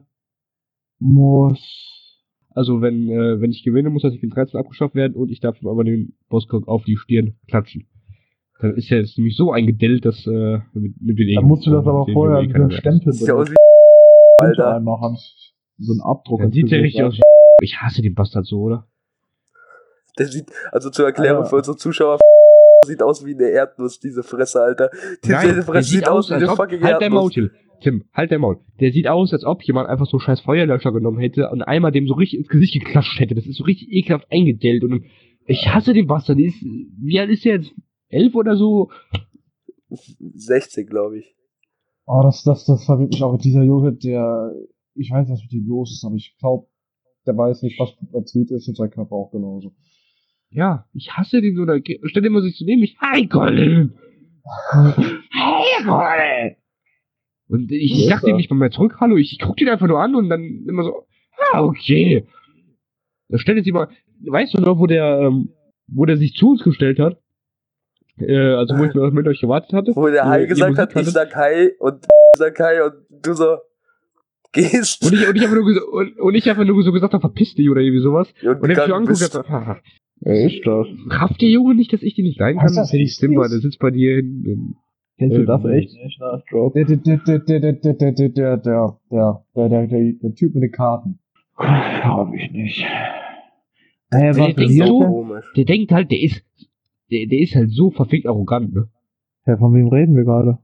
Speaker 1: muss,
Speaker 2: Also wenn, äh, wenn ich gewinne, muss Artikel dreizehn abgeschafft werden und ich darf ihm aber den Boskog auf die Stirn klatschen. Dann ist er jetzt nämlich so eingedellt, dass äh, mit, mit den
Speaker 1: dann musst du das aber vorher mit einem Stempel
Speaker 3: Sieht ja aus
Speaker 1: benutzen,
Speaker 3: wie Alter.
Speaker 1: machen. So ein Abdruck.
Speaker 2: Dann
Speaker 1: ins
Speaker 2: sieht der
Speaker 1: Gesicht.
Speaker 2: richtig aus. Ich hasse den Bastard so, oder?
Speaker 3: Der sieht, also zur Erklärung
Speaker 1: Alter.
Speaker 3: für unsere Zuschauer, sieht aus wie eine Erdnuss, diese Fresse, Alter. Diese
Speaker 2: Nein, der
Speaker 3: Fresse sieht aus wie
Speaker 2: als
Speaker 3: eine
Speaker 2: ob,
Speaker 3: fucking
Speaker 2: halt dein Maul,
Speaker 3: Erdnuss.
Speaker 2: Till. Tim, halt dein Maul. Der sieht aus, als ob jemand einfach so einen scheiß Feuerlöscher genommen hätte und einmal dem so richtig ins Gesicht geklatscht hätte. Das ist so richtig ekelhaft eingedellt und ich hasse den Bastard. Der ist, wie alt ist der jetzt? Elf oder so?
Speaker 3: sechzehn, glaube ich.
Speaker 5: Oh, das, das, das verwirrt mich auch. Dieser Junge, der, ich weiß nicht, was mit ihm los ist, aber ich glaube, der weiß nicht, was erzählt ist und sein Körper auch genauso.
Speaker 2: Ja, ich hasse den so. Da stell dir mal sich zu neben mich. Hi, Colin! Hey, Colin! Und ich
Speaker 1: Wer ist
Speaker 2: sag dem
Speaker 1: das?
Speaker 2: nicht mal mehr zurück, hallo, ich, ich guck den einfach nur an und dann immer so, ah, okay. Da stellt jetzt jemand, weißt du noch, wo der, ähm, wo der sich zu uns gestellt hat? Äh, also wo ich mit, mit euch gewartet hatte?
Speaker 3: Wo der
Speaker 2: Wo
Speaker 3: Hi
Speaker 2: ihr
Speaker 3: gesagt
Speaker 2: Musik
Speaker 3: hat, ich
Speaker 2: hattet?
Speaker 3: sag Hi und sag Hi und du so gehst.
Speaker 2: Und ich, und ich einfach nur, ges- und, und ich einfach nur so gesagt habe, verpiss dich oder irgendwie sowas.
Speaker 3: Und
Speaker 2: Und der mich so
Speaker 3: gegangen
Speaker 2: angeguckt
Speaker 3: bist.
Speaker 2: hat, ah,
Speaker 1: Wer ist das?
Speaker 2: rafft der Junge nicht, dass ich den nicht leiden kann?
Speaker 5: Heißt das
Speaker 2: Das ist
Speaker 5: nicht
Speaker 2: Simba,
Speaker 5: Steve?
Speaker 2: der sitzt bei dir hinten.
Speaker 1: Kennst du
Speaker 2: Ähm,
Speaker 1: das echt nicht, ne? Drop.
Speaker 5: Der, der, der, der, der, der, der, der, der, der, der, der, der, der, der, der Typ mit den Karten.
Speaker 1: Glaub ich nicht. Naja,
Speaker 2: Der
Speaker 1: was
Speaker 2: denkt
Speaker 1: hier?
Speaker 2: so-
Speaker 3: Komisch.
Speaker 2: Der denkt halt, der ist, der, der ist halt so verfickt arrogant, ne?
Speaker 1: Ja, von wem reden wir gerade?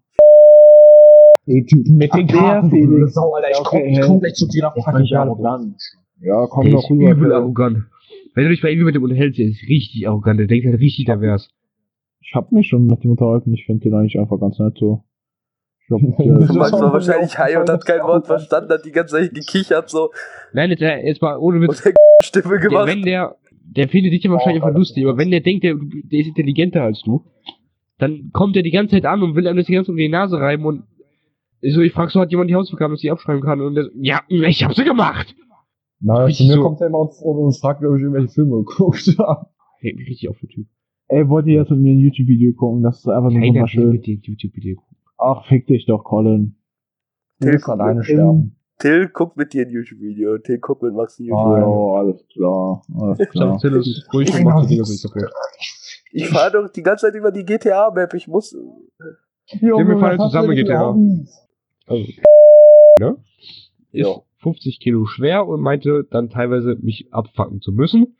Speaker 5: Den Typen mit den
Speaker 1: Ach, der
Speaker 5: Karten, du
Speaker 1: Felix.
Speaker 5: blöde Sau, Alter. Ich
Speaker 1: Ja,
Speaker 5: komm,
Speaker 1: okay,
Speaker 5: ich
Speaker 1: hä?
Speaker 5: komm gleich zu dir nach fucking
Speaker 1: ja
Speaker 5: Jahre.
Speaker 1: Ja, komm
Speaker 2: Der
Speaker 1: doch
Speaker 2: ist
Speaker 1: rüber.
Speaker 2: übel
Speaker 1: Phil.
Speaker 2: arrogant. Wenn du dich bei ihm mit dem unterhältst, der ist richtig arrogant. Der denkt halt richtig, der wär's.
Speaker 1: Ich hab mich schon mit dem unterhalten. Ich finde den eigentlich einfach ganz nett so. Ich glaub,
Speaker 5: Das
Speaker 1: der
Speaker 5: ist
Speaker 3: Du meinst
Speaker 5: auch
Speaker 3: war
Speaker 5: mir
Speaker 3: wahrscheinlich Hi und hat kein
Speaker 5: aufgefallen,
Speaker 3: Wort
Speaker 5: dass er
Speaker 3: verstanden, hat die ganze Zeit gekichert so
Speaker 2: Nein, jetzt, äh, jetzt mal ohne Witz.
Speaker 3: und der Stimme
Speaker 2: Der,
Speaker 3: gemacht.
Speaker 2: wenn der, der findet dich ja wahrscheinlich einfach lustig, aber wenn der denkt, der, der ist intelligenter als du, dann kommt er die ganze Zeit an und will einem das die ganze Zeit um die Nase reiben und ich so, ich frag so, hat jemand die Hausaufgaben, dass ich abschreiben kann? Und der so, ja, ich hab sie gemacht!
Speaker 5: Na, zu
Speaker 2: Richtig
Speaker 5: mir
Speaker 2: so-
Speaker 5: kommt er immer und, und fragt, ob ich irgendwelche Filme geguckt habe.
Speaker 2: Regt mich richtig auf, der Typ.
Speaker 1: Ey, wollt ihr jetzt mit mir ein YouTube-Video gucken? Das ist einfach nur
Speaker 2: Keiner will
Speaker 1: wunderschön.
Speaker 2: mit dem YouTube-Video gucken.
Speaker 1: Ach, fick dich doch, Colin.
Speaker 5: Du
Speaker 3: Till,
Speaker 5: wirst
Speaker 3: guck
Speaker 5: alleine
Speaker 3: mit-
Speaker 5: sterben.
Speaker 3: Till guckt mit dir ein YouTube-Video. Till guckt mit Max ein
Speaker 1: Oh,
Speaker 3: YouTube-Video.
Speaker 1: alles klar. Alles
Speaker 2: Ich
Speaker 1: klar.
Speaker 2: sag, Till ist ruhig und macht die Dinger nicht kaputt.
Speaker 3: Ich fahre doch die ganze Zeit über die G T A-Map. Ich muss.
Speaker 5: Junge,
Speaker 2: wir fahren
Speaker 5: was hast
Speaker 2: zusammen
Speaker 5: du denn
Speaker 2: G T A.
Speaker 5: für Hobbys?
Speaker 2: Also, ne? Ist
Speaker 3: Ja.
Speaker 2: fünfzig Kilo schwer und meinte dann teilweise, mich abfacken zu müssen.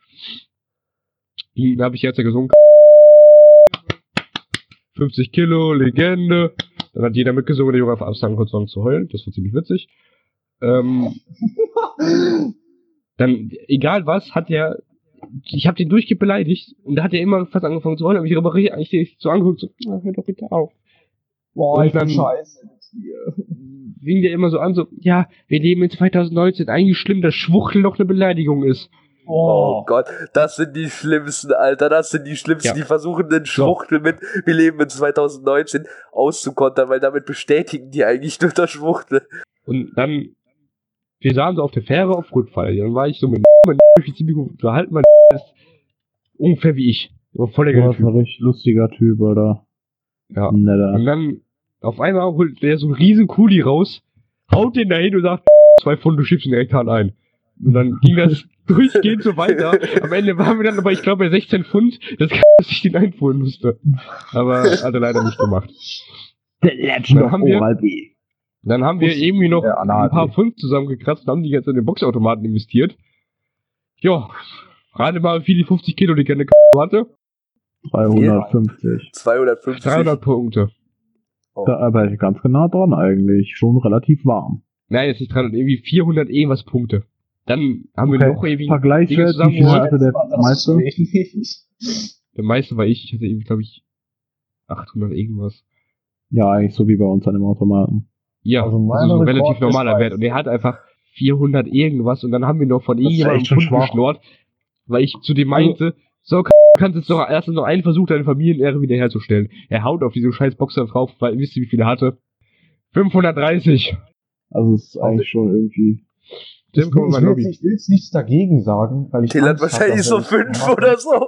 Speaker 2: Dann habe ich jetzt ja gesungen. fünfzig Kilo, Legende. Dann hat jeder mitgesungen, der Junge auf Abstand kurz angefangen zu heulen. Das war ziemlich witzig. Ähm, dann, egal was, hat er, ich habe den durchgehend beleidigt und da hat er immer fast angefangen zu heulen, aber ich habe aber richtig- eigentlich so angeguckt, so, na, hör doch bitte auf.
Speaker 5: Boah,
Speaker 2: Und
Speaker 5: ich bin
Speaker 2: dann-
Speaker 5: scheiße.
Speaker 2: Fing der immer so an, so, ja, wir leben in zwanzig neunzehn, eigentlich schlimm, dass Schwuchtel noch eine Beleidigung ist.
Speaker 3: Oh Gott, das sind die Schlimmsten, Alter. Das sind die Schlimmsten.
Speaker 2: Ja.
Speaker 3: Die versuchen den Schwuchtel mit Wir leben in zwanzig neunzehn auszukontern, weil damit bestätigen die eigentlich nur das Schwuchtel.
Speaker 2: Und dann, wir sahen so auf der Fähre auf Rückfall. Dann war ich so mit mein ich ziemlich gut unterhalten, mein ist ungefähr wie ich. War voll der
Speaker 1: Du
Speaker 2: geile
Speaker 1: warst ein
Speaker 2: Typ.
Speaker 1: richtig lustiger Typ, oder?
Speaker 2: Ja.
Speaker 1: Netter.
Speaker 2: Und dann, auf einmal holt der so einen riesen Kuli raus, haut den dahin und sagt, zwei Pfund, du schiebst ihn direkt hart ein. Und dann ging das durchgehend so weiter. Am Ende waren wir dann aber, ich glaube, bei sechzehn Pfund. Das kann dass ich den einholen musste. Aber hat er leider nicht gemacht.
Speaker 1: The Legend
Speaker 2: Dann
Speaker 1: of
Speaker 2: haben wir-
Speaker 1: Oral-B.
Speaker 2: Dann haben wir irgendwie noch
Speaker 1: Ja, Anna
Speaker 2: ein
Speaker 1: hat
Speaker 2: paar
Speaker 1: die.
Speaker 2: Pfund zusammengekratzt und haben die jetzt in den Boxautomaten investiert. Ja, rate mal, wie viel die fünfzig Kilo die gerne hatte.
Speaker 1: dreihundertfünfzig.
Speaker 3: zweihundertfünfzig.
Speaker 2: dreihundert Punkte.
Speaker 3: Oh.
Speaker 1: Da aber ganz genau dran eigentlich. Schon relativ warm.
Speaker 2: Nein, jetzt nicht dreihundert, irgendwie vierhundert irgendwas Punkte. Dann haben
Speaker 1: Okay.
Speaker 2: wir noch irgendwie Dinge
Speaker 1: Vergleichswert, wie viel
Speaker 2: zusammengeholt.
Speaker 1: hatte der
Speaker 5: Das
Speaker 1: Meister?
Speaker 5: ist wenig.
Speaker 2: Der meiste war ich. Ich hatte irgendwie, glaube ich, achthundert irgendwas.
Speaker 1: Ja, eigentlich so wie bei uns an dem Automaten.
Speaker 2: Ja,
Speaker 5: Also
Speaker 2: das
Speaker 5: mein
Speaker 2: ist so ein
Speaker 5: Rekord
Speaker 2: relativ
Speaker 5: ist
Speaker 2: normaler
Speaker 5: bei-
Speaker 2: Wert. Und er hat einfach vierhundert irgendwas. Und dann haben wir noch von
Speaker 1: Das ist
Speaker 2: irgendjemandem
Speaker 1: echt schon
Speaker 2: Pfund
Speaker 1: schwach.
Speaker 2: geschnurrt, weil ich zu dem
Speaker 5: Also-
Speaker 2: meinte, so, du kannst jetzt noch erstens noch einen Versuch, deine Familienehre wiederherzustellen. Er haut auf diese scheiß Boxer drauf, weil, wisst ihr, wie viel er hatte? fünfhundertdreißig.
Speaker 1: Also es ist eigentlich schon irgendwie.
Speaker 2: Tim,
Speaker 5: Ich
Speaker 2: komm
Speaker 5: will,
Speaker 2: in
Speaker 5: ich,
Speaker 2: mein
Speaker 5: will
Speaker 2: Lobby.
Speaker 5: jetzt nicht, ich will jetzt nichts dagegen sagen, weil ich
Speaker 3: Till hat
Speaker 5: Angst hab,
Speaker 3: wahrscheinlich
Speaker 5: dass
Speaker 3: so
Speaker 5: er-
Speaker 3: fünf oder so.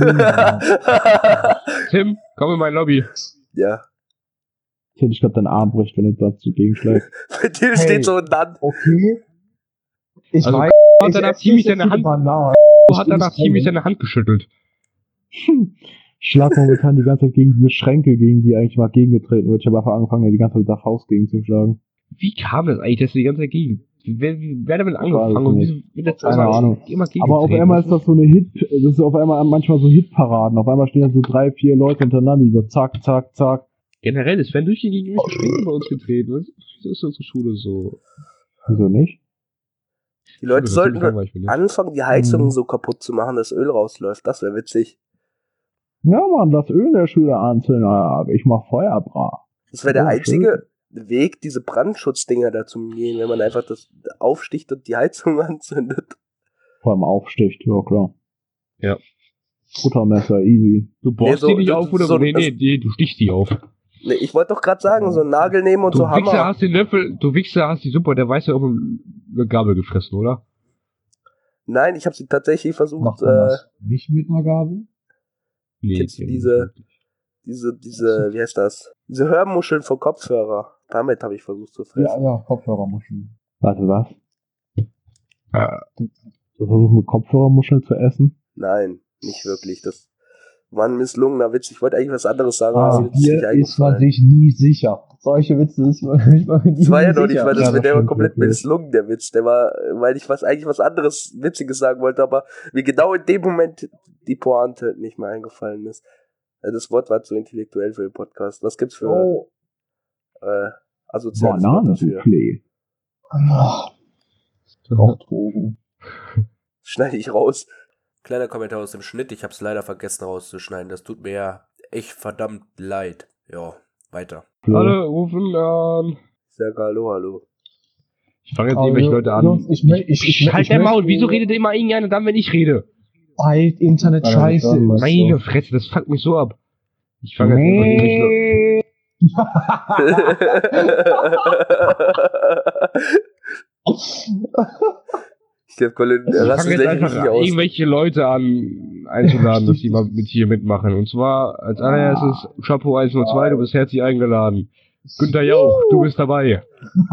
Speaker 2: Tim, komm in mein Lobby.
Speaker 3: Ja.
Speaker 1: Ich hätte ich glaube, dein Arm bricht, wenn du dazu gegenschlägst.
Speaker 3: Bei Till
Speaker 5: Hey.
Speaker 3: steht so ein Dann.
Speaker 5: Okay. Ich
Speaker 2: Also,
Speaker 5: weiß,
Speaker 2: Hat
Speaker 5: ich
Speaker 2: danach
Speaker 5: esse
Speaker 2: ziemlich
Speaker 5: jetzt
Speaker 2: seine
Speaker 5: viele
Speaker 2: Hand,
Speaker 5: Bananen.
Speaker 2: hat danach ziemlich seine Hand geschüttelt.
Speaker 1: Ich schlag momentan die ganze Zeit gegen diese Schränke, gegen die eigentlich mal gegengetreten wird. Ich habe einfach angefangen, die ganze Zeit mit der Faust gegenzuschlagen.
Speaker 2: Wie kam das eigentlich, dass du die ganze Zeit gegen... Wer, wer damit angefangen
Speaker 1: weiß
Speaker 2: und
Speaker 1: nicht.
Speaker 2: wieso wird das
Speaker 1: Keine
Speaker 2: immer,
Speaker 1: Ahnung.
Speaker 2: immer gegen
Speaker 1: Aber auf einmal ist das so eine Hit, das ist auf einmal manchmal so Hitparaden. Auf einmal stehen dann so drei, vier Leute hintereinander, die so zack, zack, zack.
Speaker 2: Generell, es werden durchgehend gegen irgendwelche Schränke bei uns getreten. Was wieso ist unsere Schule so...
Speaker 1: Wieso nicht?
Speaker 3: Die Leute
Speaker 2: Schule,
Speaker 3: sollten
Speaker 2: ziemlich langweilig, finde ich.
Speaker 3: anfangen, die Heizung
Speaker 1: Mhm.
Speaker 3: so kaputt zu machen, dass Öl rausläuft. Das wäre witzig.
Speaker 1: Ja, Mann, das Öl in der Schule anzünden, aber ich mach Feuer bra.
Speaker 3: Das wäre der
Speaker 1: Ja,
Speaker 3: einzige Weg, diese Brandschutzdinger da zu umgehen, wenn man einfach das aufsticht und die Heizung anzündet.
Speaker 1: Vor allem aufsticht, ja klar.
Speaker 2: Ja.
Speaker 1: Buttermesser, easy.
Speaker 2: Du bohrst
Speaker 3: Nee, so-
Speaker 2: die nicht
Speaker 3: so-
Speaker 2: auf oder
Speaker 3: so-
Speaker 2: so? Nee, nee, nee, du stichst die auf.
Speaker 3: Ne, ich wollte doch gerade sagen, so einen Nagel nehmen und
Speaker 2: Du
Speaker 3: so
Speaker 2: Wichser
Speaker 3: Hammer.
Speaker 2: hast den Löffel, du Wichser hast die Suppe, der weiß ja auch eine Gabel gefressen, oder?
Speaker 3: Nein, ich habe sie tatsächlich versucht,
Speaker 5: Macht man
Speaker 3: äh,
Speaker 5: das nicht mit einer Gabel?
Speaker 2: Nee,
Speaker 3: Kennst du
Speaker 2: kenn ich
Speaker 3: diese-
Speaker 2: nicht.
Speaker 3: diese, diese, wie heißt das? Diese Hörmuscheln vor Kopfhörer. Damit habe ich versucht zu
Speaker 5: Ja,
Speaker 3: fressen.
Speaker 5: ja, Kopfhörermuscheln.
Speaker 1: Warte, was?
Speaker 2: Äh,
Speaker 1: Du versuchst mit Kopfhörermuscheln zu essen?
Speaker 3: Nein, nicht wirklich. Das war ein misslungener Witz. Ich wollte eigentlich was anderes sagen,
Speaker 5: Ah,
Speaker 3: aber mir ist nicht
Speaker 5: hier ist man
Speaker 3: eingefallen.
Speaker 5: sich nie sicher. Solche Witze ist man nicht mal nie
Speaker 3: Das war ja noch nicht
Speaker 5: sicher.
Speaker 3: mal das,
Speaker 1: Ja, das
Speaker 3: der war
Speaker 1: stimmt
Speaker 3: komplett
Speaker 1: wirklich.
Speaker 3: misslungen, der Witz. Der war, weil ich was eigentlich was anderes Witziges sagen wollte, aber mir genau in dem Moment die Pointe nicht mehr eingefallen ist. Äh, Das Wort war zu intellektuell für den Podcast. Was gibt's für
Speaker 5: Oh.
Speaker 3: äh, asoziales Wort dafür?
Speaker 1: Bananensoufflé.
Speaker 5: Auch Drogen.
Speaker 3: Schneide ich raus. Kleiner Kommentar aus dem Schnitt. Ich habe es leider vergessen rauszuschneiden. Das tut mir ja echt verdammt leid. Ja, weiter.
Speaker 2: Alle rufen an.
Speaker 3: Ich sage hallo, hallo.
Speaker 2: Ich fange jetzt
Speaker 5: Aber
Speaker 2: irgendwelche
Speaker 5: wir-
Speaker 2: Leute an.
Speaker 5: Jungs, ich mö- ich- ich mö-
Speaker 2: halt
Speaker 5: ich
Speaker 2: dein Maul,
Speaker 5: möchte-
Speaker 2: wieso redet immer irgendeiner dann, wenn ich rede?
Speaker 5: Weil Internet
Speaker 1: Weil
Speaker 5: scheiße
Speaker 1: das dann-
Speaker 5: ist.
Speaker 2: Meine Fresse, das fuckt mich so ab. Ich fange jetzt einfach irgendwelche Leute.
Speaker 3: Ich glaube, Colin
Speaker 2: Ich
Speaker 3: rastet
Speaker 2: fange jetzt
Speaker 3: gleich
Speaker 2: einfach
Speaker 3: richtig aus.
Speaker 2: irgendwelche Leute an, einzuladen, dass die mal mit hier mitmachen. Und zwar als allererstes Chapeau eins null zwei, du bist herzlich eingeladen. Günther Jauch, du bist dabei.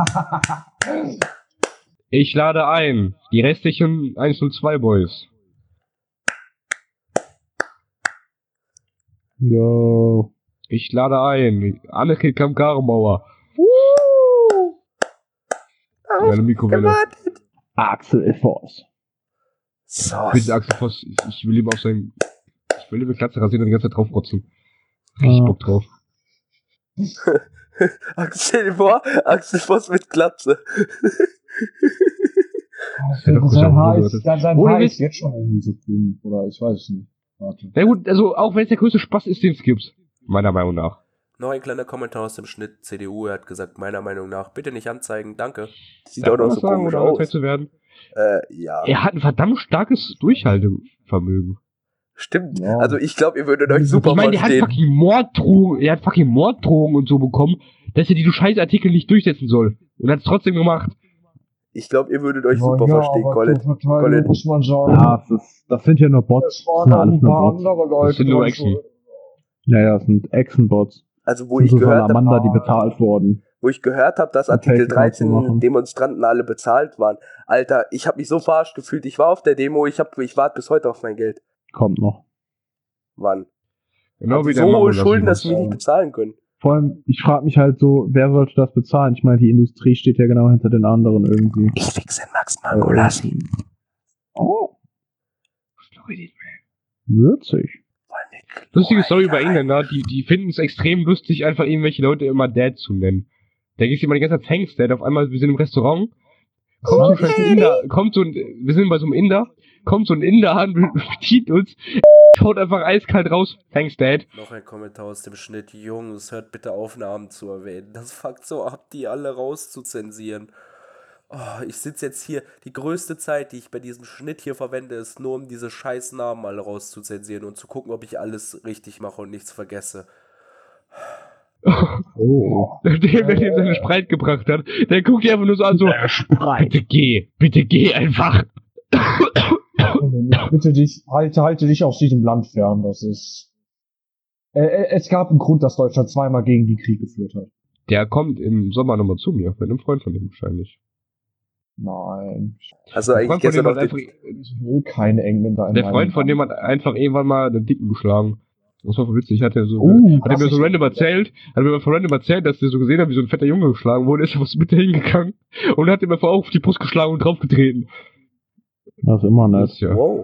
Speaker 2: Ich lade ein, die restlichen eins null zwei Boys.
Speaker 1: Jo.
Speaker 2: Ich lade ein, Anneke Kamp-Karrenbauer. Meine Mikrowelle.
Speaker 3: Gewartet.
Speaker 1: Axel Effors.
Speaker 3: So.
Speaker 2: Bitte Axel Voss, ich, ich will ihm auf sein, ich will ihm eine Glatze rasieren und die ganze Zeit draufrotzen. Richtig
Speaker 1: Ah.
Speaker 2: Bock drauf.
Speaker 3: Axel, stell dir vor, Axel Voss mit Glatze.
Speaker 2: Ja, doch,
Speaker 5: sein
Speaker 2: ist
Speaker 5: Haar
Speaker 2: auch
Speaker 5: ist,
Speaker 2: gut.
Speaker 5: sein, sein
Speaker 2: Ohne
Speaker 5: Haar
Speaker 2: Witz.
Speaker 5: ist jetzt schon irgendwie so dünn. Oder ich weiß es nicht. Warte.
Speaker 2: Na gut, also auch wenn es der größte Spaß ist, den es gibt. Meiner Meinung nach.
Speaker 3: Noch ein kleiner Kommentar aus dem Schnitt. C D U er hat gesagt, meiner Meinung nach, bitte nicht anzeigen, danke. Sieht
Speaker 2: Darf
Speaker 3: auch
Speaker 2: man
Speaker 3: noch
Speaker 2: das
Speaker 3: so
Speaker 2: sagen,
Speaker 3: komisch
Speaker 2: ohne
Speaker 3: aus.
Speaker 2: angezeigt zu werden?
Speaker 3: Äh, ja.
Speaker 2: Er hat ein verdammt starkes Durchhaltevermögen.
Speaker 3: Stimmt.
Speaker 5: Ja.
Speaker 3: Also ich glaube, ihr würdet euch super
Speaker 2: Ich meine, der hat
Speaker 3: verstehen.
Speaker 2: fucking Morddrohungen, er hat fucking Morddrohungen und so bekommen, dass er die Scheißartikel nicht durchsetzen soll. Und hat es trotzdem gemacht.
Speaker 3: Ich glaube, ihr würdet euch
Speaker 5: Ja,
Speaker 3: super
Speaker 5: ja,
Speaker 3: verstehen,
Speaker 5: aber
Speaker 3: Colin.
Speaker 5: zur Verteidigung
Speaker 3: Colin.
Speaker 5: muss man sagen.
Speaker 1: Ja, das, ist, das sind ja nur Bots.
Speaker 5: Es
Speaker 1: Das
Speaker 5: waren
Speaker 1: sind
Speaker 5: noch
Speaker 1: alles
Speaker 5: ein
Speaker 1: nur
Speaker 5: paar
Speaker 1: Bots.
Speaker 5: andere Leute.
Speaker 2: sind nur
Speaker 5: dran
Speaker 2: Echsen.
Speaker 5: schuld.
Speaker 1: Ja, ja, das sind Echsenbots.
Speaker 3: Also wo
Speaker 1: Das
Speaker 3: ich
Speaker 1: sind so
Speaker 3: gehört habe,
Speaker 1: Salamander, die bezahlt wurden.
Speaker 3: wo ich gehört habe, dass
Speaker 1: Um
Speaker 3: Artikel
Speaker 1: Fake-Accounts zu
Speaker 3: dreizehn
Speaker 1: machen.
Speaker 3: Demonstranten alle bezahlt waren. Alter, ich habe mich so verarscht gefühlt. Ich war auf der Demo, ich hab, ich warte bis heute auf mein Geld.
Speaker 1: Kommt noch.
Speaker 3: Wann?
Speaker 2: Genau wie
Speaker 3: so
Speaker 2: der Mann,
Speaker 3: hohe
Speaker 2: das
Speaker 3: Schulden,
Speaker 2: was-
Speaker 3: dass wir nicht bezahlen können.
Speaker 1: Vor allem, ich frage mich halt so, wer sollte das bezahlen? Ich meine, die Industrie steht ja genau hinter den anderen irgendwie.
Speaker 3: Ich fixe Max
Speaker 1: Äh,
Speaker 3: Mangolasi.
Speaker 1: Oh, würzig.
Speaker 2: Lustige Story über Engländer, die, die finden es extrem lustig, einfach irgendwelche Leute immer Dad zu nennen. Da gehst du immer die ganze Zeit Thanks Dad, auf einmal, wir sind im Restaurant, kommt so ein scheiß Inder, kommt so ein, wir sind bei so einem Inder, kommt so ein Inder an, bedient uns, haut einfach eiskalt raus, Thanks Dad.
Speaker 3: Noch ein Kommentar aus dem Schnitt. Jungs, hört bitte auf, Namen zu erwähnen. Das fuckt so ab, die alle rauszuzensieren. Oh, ich sitze jetzt hier, die größte Zeit, die ich bei diesem Schnitt hier verwende, ist nur, um diese scheiß Namen alle rauszuzensieren und zu gucken, ob ich alles richtig mache und nichts vergesse.
Speaker 1: Oh.
Speaker 2: Nachdem er ihm seine Sprite gebracht hat, der guckt die einfach nur so an, so, bitte geh, bitte geh einfach.
Speaker 5: Bitte dich, halte, halte dich aus diesem Land fern, das ist... Äh, äh, es gab einen Grund, dass Deutschland zweimal gegen die Krieg geführt hat.
Speaker 2: Der kommt im Sommer nochmal zu mir, mit einem Freund von ihm wahrscheinlich.
Speaker 5: Nein.
Speaker 3: Also
Speaker 2: Der
Speaker 3: eigentlich
Speaker 2: Freund von
Speaker 3: gestern
Speaker 2: dem
Speaker 3: noch
Speaker 2: hat
Speaker 3: den,
Speaker 2: einfach,
Speaker 5: Ich will keine Engländer in
Speaker 2: der
Speaker 5: meinem
Speaker 2: Freund von dem
Speaker 5: Land.
Speaker 2: hat einfach irgendwann mal einen Dicken geschlagen. Das war voll witzig, hat er so,
Speaker 5: Oh,
Speaker 2: hat er
Speaker 5: das
Speaker 2: mir so
Speaker 5: ist-
Speaker 2: random erzählt, hat er mir von random erzählt, dass der so gesehen hat, wie so ein fetter Junge geschlagen wurde, ist er was mit hingegangen und hat ihm einfach auf die Brust geschlagen und draufgetreten.
Speaker 1: Das ist immer
Speaker 2: Das
Speaker 1: nett.
Speaker 2: ist ja,
Speaker 3: wow.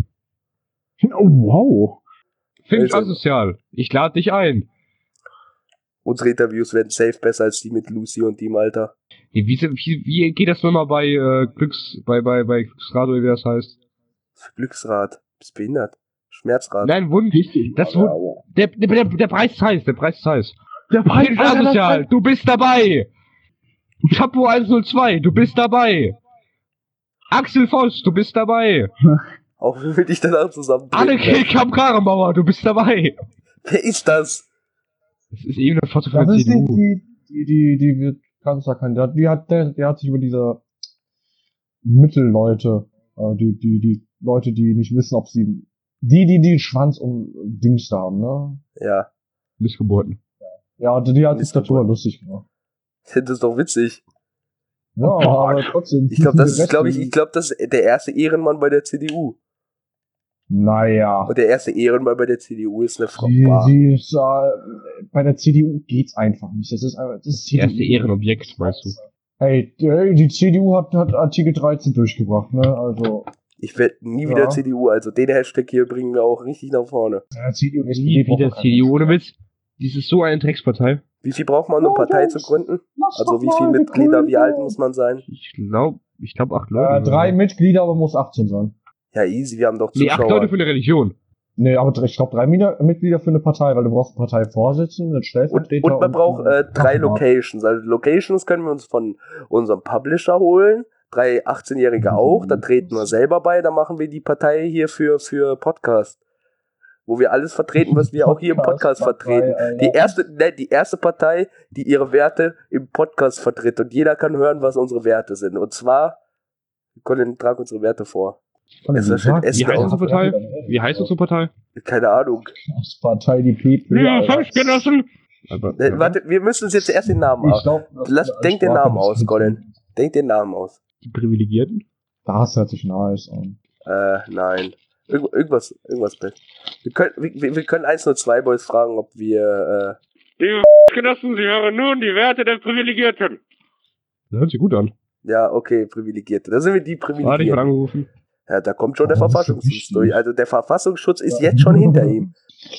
Speaker 1: Oh, wow.
Speaker 2: finde ich
Speaker 3: Also-
Speaker 2: asozial. Ich lade dich ein.
Speaker 3: Unsere Interviews werden safe besser als die mit Lucy und ihm, Alter.
Speaker 2: Wie, wie, wie, wie geht das nochmal bei, äh, Glücks, bei, bei, bei Glücksrad oder wie das heißt?
Speaker 3: Was für Glücksrad. Bist behindert. Schmerzrad.
Speaker 2: Nein, Wunsch. Das Wunsch. Der, der, der, der Preis ist heiß, der Preis ist heiß.
Speaker 1: Der
Speaker 2: Finde ich
Speaker 1: Alter, das-
Speaker 2: asozial. Du bist dabei. Chapo eins null zwei, du bist dabei. Axel Voss, du bist dabei.
Speaker 3: Auch wenn wir dich danach zusammen
Speaker 2: Anneke Kamp-Karrenbauer, du bist dabei.
Speaker 3: Wer ist das?
Speaker 2: Das ist eben eine Foto von
Speaker 5: Das
Speaker 2: der
Speaker 5: ist die,
Speaker 2: C D U.
Speaker 5: die, die, die, die wird Kanzlerkandidat. Die hat, der, der hat sich über diese Mittelleute, äh, die, die, die Leute, die nicht wissen, ob sie, die, die, die Schwanz um Dings da haben, ne?
Speaker 3: Ja.
Speaker 2: Missgeburten.
Speaker 5: Ja, die, die hat
Speaker 3: Mist
Speaker 5: Diktatur lustig gemacht.
Speaker 3: Das ist doch witzig.
Speaker 5: Ja, aber trotzdem.
Speaker 3: Ich glaube, das ist,
Speaker 5: Rest-
Speaker 3: glaube ich, ich glaube, das ist der erste Ehrenmann bei der C D U.
Speaker 5: Naja.
Speaker 3: Und der erste Ehrenmann bei der C D U ist eine Frau.
Speaker 5: Die,
Speaker 3: Bar.
Speaker 5: die ist, äh, bei der C D U geht's einfach nicht. Das ist einfach, das ist
Speaker 2: Das
Speaker 5: C D U.
Speaker 2: erste Ehrenobjekt, meinst du?
Speaker 5: Hey, die, die C D U hat, hat Artikel dreizehn durchgebracht, ne? Also,
Speaker 3: Ich werde nie
Speaker 5: Ja.
Speaker 3: wieder C D U. Also den Hashtag hier bringen wir auch richtig nach vorne.
Speaker 5: ja, C D U und S P D
Speaker 2: Nie
Speaker 5: braucht
Speaker 2: wieder
Speaker 5: keiner.
Speaker 2: C D U, ohne Witz. Dies ist so eine Dreckspartei.
Speaker 3: Wie viel braucht man, um eine
Speaker 5: Ja,
Speaker 3: Partei
Speaker 5: das-
Speaker 3: zu gründen?
Speaker 5: Lass
Speaker 3: Also
Speaker 5: doch
Speaker 3: wie
Speaker 5: mal
Speaker 3: viele
Speaker 5: die
Speaker 3: Mitglieder, wie
Speaker 5: Grünen.
Speaker 3: alt muss man sein?
Speaker 2: Ich glaube, ich glaube acht Leute.
Speaker 5: Äh, drei Mitglieder, aber muss achtzehn sein.
Speaker 3: Ja, easy, wir haben doch
Speaker 2: Nee, acht Leute
Speaker 3: Zuschauer.
Speaker 2: für eine Religion.
Speaker 5: Nee, aber ich glaube drei Mine- Mitglieder für eine Partei, weil du brauchst einen Parteivorsitzenden, einen
Speaker 3: Und,
Speaker 5: Stellvertreter.
Speaker 3: und man braucht äh, drei
Speaker 5: Fachmann.
Speaker 3: Locations. Also Locations können wir uns von unserem Publisher holen. Drei achtzehnjährige auch. Da treten wir selber bei. Da machen wir die Partei hier für, für Podcast. Wo wir alles vertreten, was wir auch hier im Podcast
Speaker 5: Partei,
Speaker 3: vertreten.
Speaker 5: Alter.
Speaker 3: Die erste, ne, die erste Partei, die ihre Werte im Podcast vertritt. Und jeder kann hören, was unsere Werte sind. Und zwar, Colin, trag unsere Werte vor.
Speaker 5: Von
Speaker 3: Es
Speaker 5: dem
Speaker 3: ist schön
Speaker 5: Tag-
Speaker 3: Essen
Speaker 2: Wie heißt
Speaker 3: auch.
Speaker 2: unsere Partei? Wie heißt unsere Partei?
Speaker 3: Keine Ahnung.
Speaker 5: Das Partei, die P P.
Speaker 2: Ja,
Speaker 5: Alter.
Speaker 2: Volksgenossen! Aber,
Speaker 3: Äh, Warte, wir müssen uns jetzt erst den Namen
Speaker 5: Ich
Speaker 3: aus.
Speaker 5: glaub, das
Speaker 3: Lass-
Speaker 5: ist eine
Speaker 3: denk den
Speaker 5: Sprache
Speaker 3: Namen
Speaker 5: des
Speaker 3: aus, Colin. Denk den Namen aus.
Speaker 2: die Privilegierten?
Speaker 5: Das hört sich nice an.
Speaker 3: Äh, nein. Irgend, irgendwas, irgendwas mit. Wir können, wir, wir können eins null zwei Boys fragen, ob wir, äh,
Speaker 2: Die Genossen, sie hören nun die Werte der Privilegierten. Das hört sich gut an.
Speaker 3: äh, ja, okay, Privilegierte. Da sind wir die
Speaker 2: Warte, ich
Speaker 3: Privilegierten.
Speaker 2: wurde angerufen.
Speaker 3: Ja, da kommt schon der
Speaker 5: Oh, das ist
Speaker 3: Verfassungsschutz
Speaker 5: wichtig.
Speaker 3: durch. Also der Verfassungsschutz ist jetzt schon hinter ihm.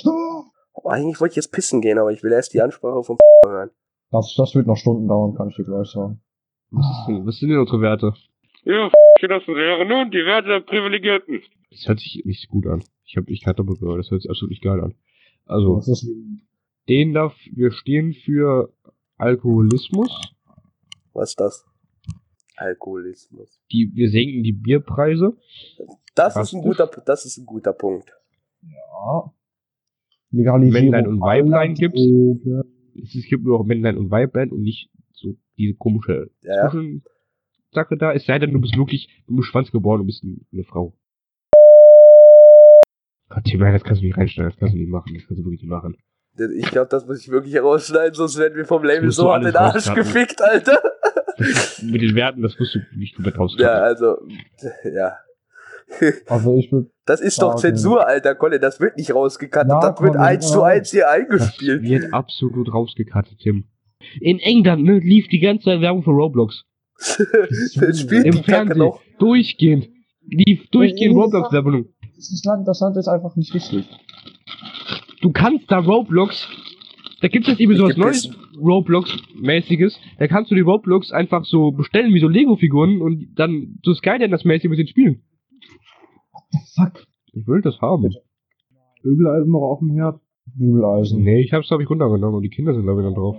Speaker 3: Oh, eigentlich wollte ich jetzt pissen gehen, aber ich will erst die Ansprache vom hören.
Speaker 5: Das, das wird noch Stunden dauern, kann ich dir gleich sagen.
Speaker 2: Was, ist denn, was sind denn unsere Werte? Ja, Genossen, sie hören nun die Werte der Privilegierten. Das hört sich nicht gut an. Ich habe ich gerade doppelt gehört, das hört sich absolut nicht geil an. Also,
Speaker 5: Das ist wie,
Speaker 2: den darf, wir stehen für Alkoholismus.
Speaker 3: Was ist das? Alkoholismus.
Speaker 2: Die, wir senken die Bierpreise.
Speaker 3: Das
Speaker 2: Krass.
Speaker 3: ist ein guter, das ist ein guter Punkt.
Speaker 5: ja. Legalisierung.
Speaker 2: Männlein und Weiblein gibt's.
Speaker 5: Drogen.
Speaker 2: Es gibt nur noch Männlein und Weiblein und nicht so diese komische
Speaker 3: Ja, ja.
Speaker 2: Zwischensache da. Es sei denn, du bist wirklich, du bist Schwanz geboren und bist eine Frau. Gott, Tim, das kannst du nicht reinschneiden, das kannst du nicht machen, das kannst du wirklich nicht machen.
Speaker 3: Ich glaube, das muss ich wirklich herausschneiden, sonst werden wir vom Label
Speaker 2: musst
Speaker 3: so
Speaker 2: du
Speaker 3: an
Speaker 2: alles
Speaker 3: den Arsch
Speaker 2: rauscutten.
Speaker 3: gefickt, Alter.
Speaker 2: Mit den Werten, das musst du nicht komplett
Speaker 3: Ja,
Speaker 2: rausschneiden.
Speaker 3: also, ja.
Speaker 5: Also ich würde.
Speaker 3: Das ist doch
Speaker 5: Ja, okay.
Speaker 3: Zensur, Alter, Colin, das wird nicht rausgekattet,
Speaker 5: Ja,
Speaker 3: das wird
Speaker 5: Colin,
Speaker 3: eins zu
Speaker 5: ja.
Speaker 3: eins hier
Speaker 2: Das
Speaker 3: eingespielt.
Speaker 2: wird absolut rausgekattet, Tim. In England ne, lief die ganze Zeit Werbung für Roblox.
Speaker 3: Das spielt
Speaker 2: Im
Speaker 3: die Kacke
Speaker 2: Fernsehen.
Speaker 3: noch.
Speaker 2: Durchgehend. Lief durchgehend
Speaker 5: Nee,
Speaker 2: Roblox-Werbung.
Speaker 5: Das Land, das Land ist einfach nicht richtig.
Speaker 2: Du kannst da Roblox, da gibt es eben
Speaker 3: Ich
Speaker 2: sowas
Speaker 3: geb
Speaker 2: Neues, Roblox-mäßiges, da kannst du die Roblox einfach so bestellen wie so Lego-Figuren und dann so Skylanders-mäßig mit den spielen.
Speaker 5: Fuck.
Speaker 2: Ich will das haben.
Speaker 1: Bügeleisen noch auf dem Herd.
Speaker 5: Bügeleisen.
Speaker 2: Nee, ich hab's glaube ich runtergenommen und die Kinder sind glaube ich noch drauf.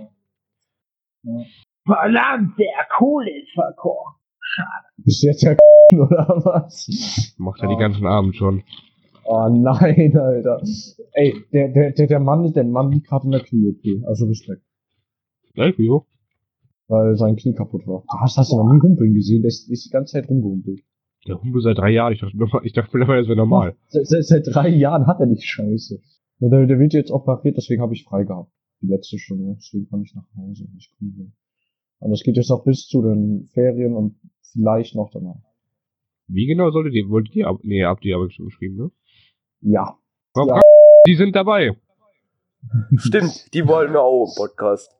Speaker 1: Verdammt, der Kohle ist verkocht.
Speaker 5: Bist du jetzt ja oder was?
Speaker 2: Macht ja die ganzen Abend schon.
Speaker 5: Oh nein, Alter. Ey, der, der, der, der Mann, der Mann liegt gerade in der Knie-O P. Also Respekt.
Speaker 2: Ja, wieso?
Speaker 5: Weil sein Knie kaputt war. Du hast, hast du noch nie humpeln gesehen. Der ist, ist die ganze Zeit rumgehumpelt.
Speaker 2: Der Humpel seit drei Jahren, ich dachte, ich dachte mittlerweile, das wäre normal.
Speaker 5: Seit, seit, seit drei Jahren hat er nicht Scheiße. Und der, der wird jetzt operiert, deswegen habe ich frei gehabt. Die letzte Stunde. Deswegen kann ich nach Hause. Ich cool. Und das geht jetzt auch bis zu den Ferien und vielleicht noch danach.
Speaker 2: Wie genau solltet ihr, wolltet ihr, ab, nee, habt ihr aber schon geschrieben, ne?
Speaker 5: Ja.
Speaker 2: Frau
Speaker 5: Ja.
Speaker 2: Pra- Die sind dabei.
Speaker 3: Stimmt, die wollen wir auch im Podcast.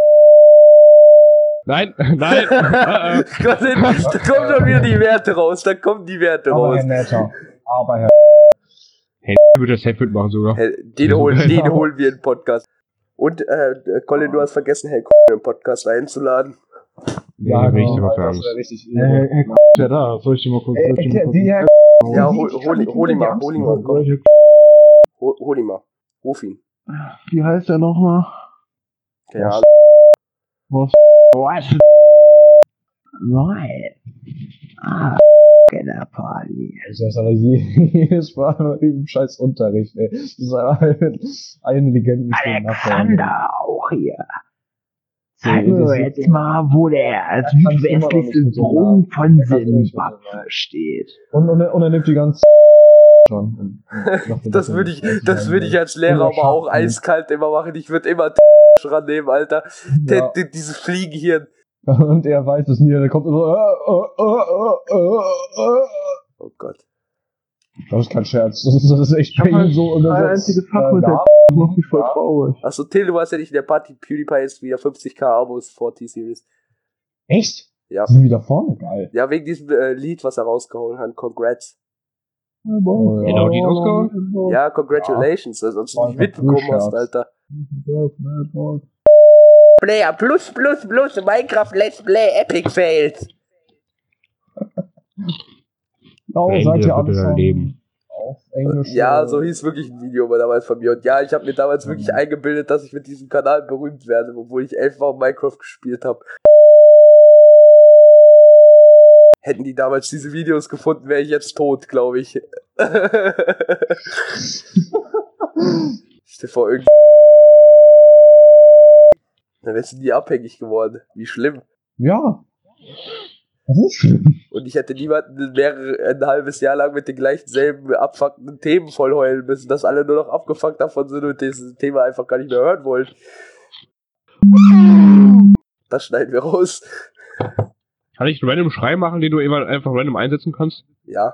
Speaker 2: Nein, nein. äh, äh.
Speaker 3: Colin, da kommen schon wieder die Werte raus, da kommen die Werte
Speaker 5: Aber
Speaker 3: raus.
Speaker 5: Herr Netter. Aber Herr.
Speaker 2: Würde das Headfoot machen sogar.
Speaker 3: Hey, Den holen,
Speaker 5: Ja.
Speaker 3: den holen wir in den Podcast. Und, äh, Colin, du hast vergessen, Herr im Podcast einzuladen.
Speaker 2: Nee, ja,
Speaker 5: genau,
Speaker 2: ich mal für
Speaker 5: Alter,
Speaker 2: Angst.
Speaker 5: das wär richtig
Speaker 1: Äh,
Speaker 5: irre.
Speaker 1: Herr K ist ja da. Soll ich dir mal kurz, soll ich dir mal
Speaker 5: Äh,
Speaker 1: kurz
Speaker 5: wie Herr
Speaker 3: Ja,
Speaker 5: Wie?
Speaker 3: hol,
Speaker 5: Ich kann
Speaker 3: hol,
Speaker 5: nicht
Speaker 3: hol ihn
Speaker 5: mit
Speaker 3: mal,
Speaker 5: dir
Speaker 3: hol ihn
Speaker 5: Angst
Speaker 3: mal, komm.
Speaker 1: Welche-
Speaker 3: Hol, hol ihn mal. Ruf ihn.
Speaker 1: Wie heißt der nochmal?
Speaker 3: Keine Ahnung.
Speaker 1: Was? Was? Nein. Ah, der Party.
Speaker 5: Das heißt, Alter, jedes Mal im scheiß Unterricht, ey. Das ist eine, eine Legendenstimme
Speaker 1: Alexander auch hier.
Speaker 5: So,
Speaker 1: Zeig mir
Speaker 5: das
Speaker 1: doch
Speaker 5: ist-
Speaker 1: jetzt mal, wo der
Speaker 5: kannst du immer noch
Speaker 1: südwestlichste
Speaker 5: nicht mit dem
Speaker 1: Brunnen
Speaker 5: Namen.
Speaker 1: von
Speaker 5: Das kannst du nicht mit dem
Speaker 1: Simbabwe
Speaker 5: Namen.
Speaker 1: steht.
Speaker 5: Und, und, er- und er nimmt die ganze schon. Und, und
Speaker 3: Das würde ich, das würde ich als Lehrer aber auch eiskalt immer machen. Ich würde immer rannehmen, Alter. Der,
Speaker 5: Ja.
Speaker 3: der, dieses Fliegenhirn.
Speaker 5: Und er weiß es nie, der kommt so, äh, äh, äh, äh, äh.
Speaker 3: Oh Gott.
Speaker 5: Das ist kein Scherz, das ist, das ist echt
Speaker 1: Ich hab halt
Speaker 5: so. Und
Speaker 1: ein
Speaker 5: dann
Speaker 1: einziges
Speaker 5: so,
Speaker 1: Fach
Speaker 5: äh,
Speaker 1: mit der
Speaker 5: ja,
Speaker 1: macht mich voll
Speaker 5: ja.
Speaker 1: traurig.
Speaker 3: Achso, Till, du warst ja nicht in der Party. PewDiePie ist wieder fünfzig K Abos vor T-Series.
Speaker 5: Echt?
Speaker 3: Ja.
Speaker 5: Die sind wieder vorne, geil.
Speaker 3: Ja, wegen diesem äh, Lied, was er rausgehauen hat. Congrats.
Speaker 5: Oh, ja.
Speaker 2: Genau, die rausgehauen?
Speaker 3: Ja, congratulations, dass du es
Speaker 5: War
Speaker 3: nicht
Speaker 5: einfach
Speaker 3: mitbekommen hast,
Speaker 5: Scherz.
Speaker 3: Alter. Player plus plus plus Minecraft Let's Play Epic Fails.
Speaker 5: Oh,
Speaker 2: Beende
Speaker 5: seid ihr
Speaker 2: bitte
Speaker 5: alle
Speaker 2: dein
Speaker 5: schon
Speaker 2: Leben.
Speaker 5: auf Englisch?
Speaker 3: Ja,
Speaker 5: äh,
Speaker 3: so hieß wirklich ein Video aber damals von mir. Und ja, ich habe mir damals wirklich eingebildet, dass ich mit diesem Kanal berühmt werde, obwohl ich elf Mal Minecraft gespielt habe. Hätten die damals diese Videos gefunden, wäre ich jetzt tot, glaube ich. Stell dir vor, irgendwie. Dann wärst du nie abhängig geworden. Wie schlimm.
Speaker 5: Ja. Das ist schlimm.
Speaker 3: Und ich hätte niemanden mehrere, ein halbes Jahr lang mit den gleichen selben abfuckenden Themen voll heulen müssen, dass alle nur noch abgefuckt davon sind und dieses Thema einfach gar nicht mehr hören wollen. Das schneiden wir raus.
Speaker 2: Kann ich einen random Schrei machen, den du immer einfach random einsetzen kannst?
Speaker 3: Ja.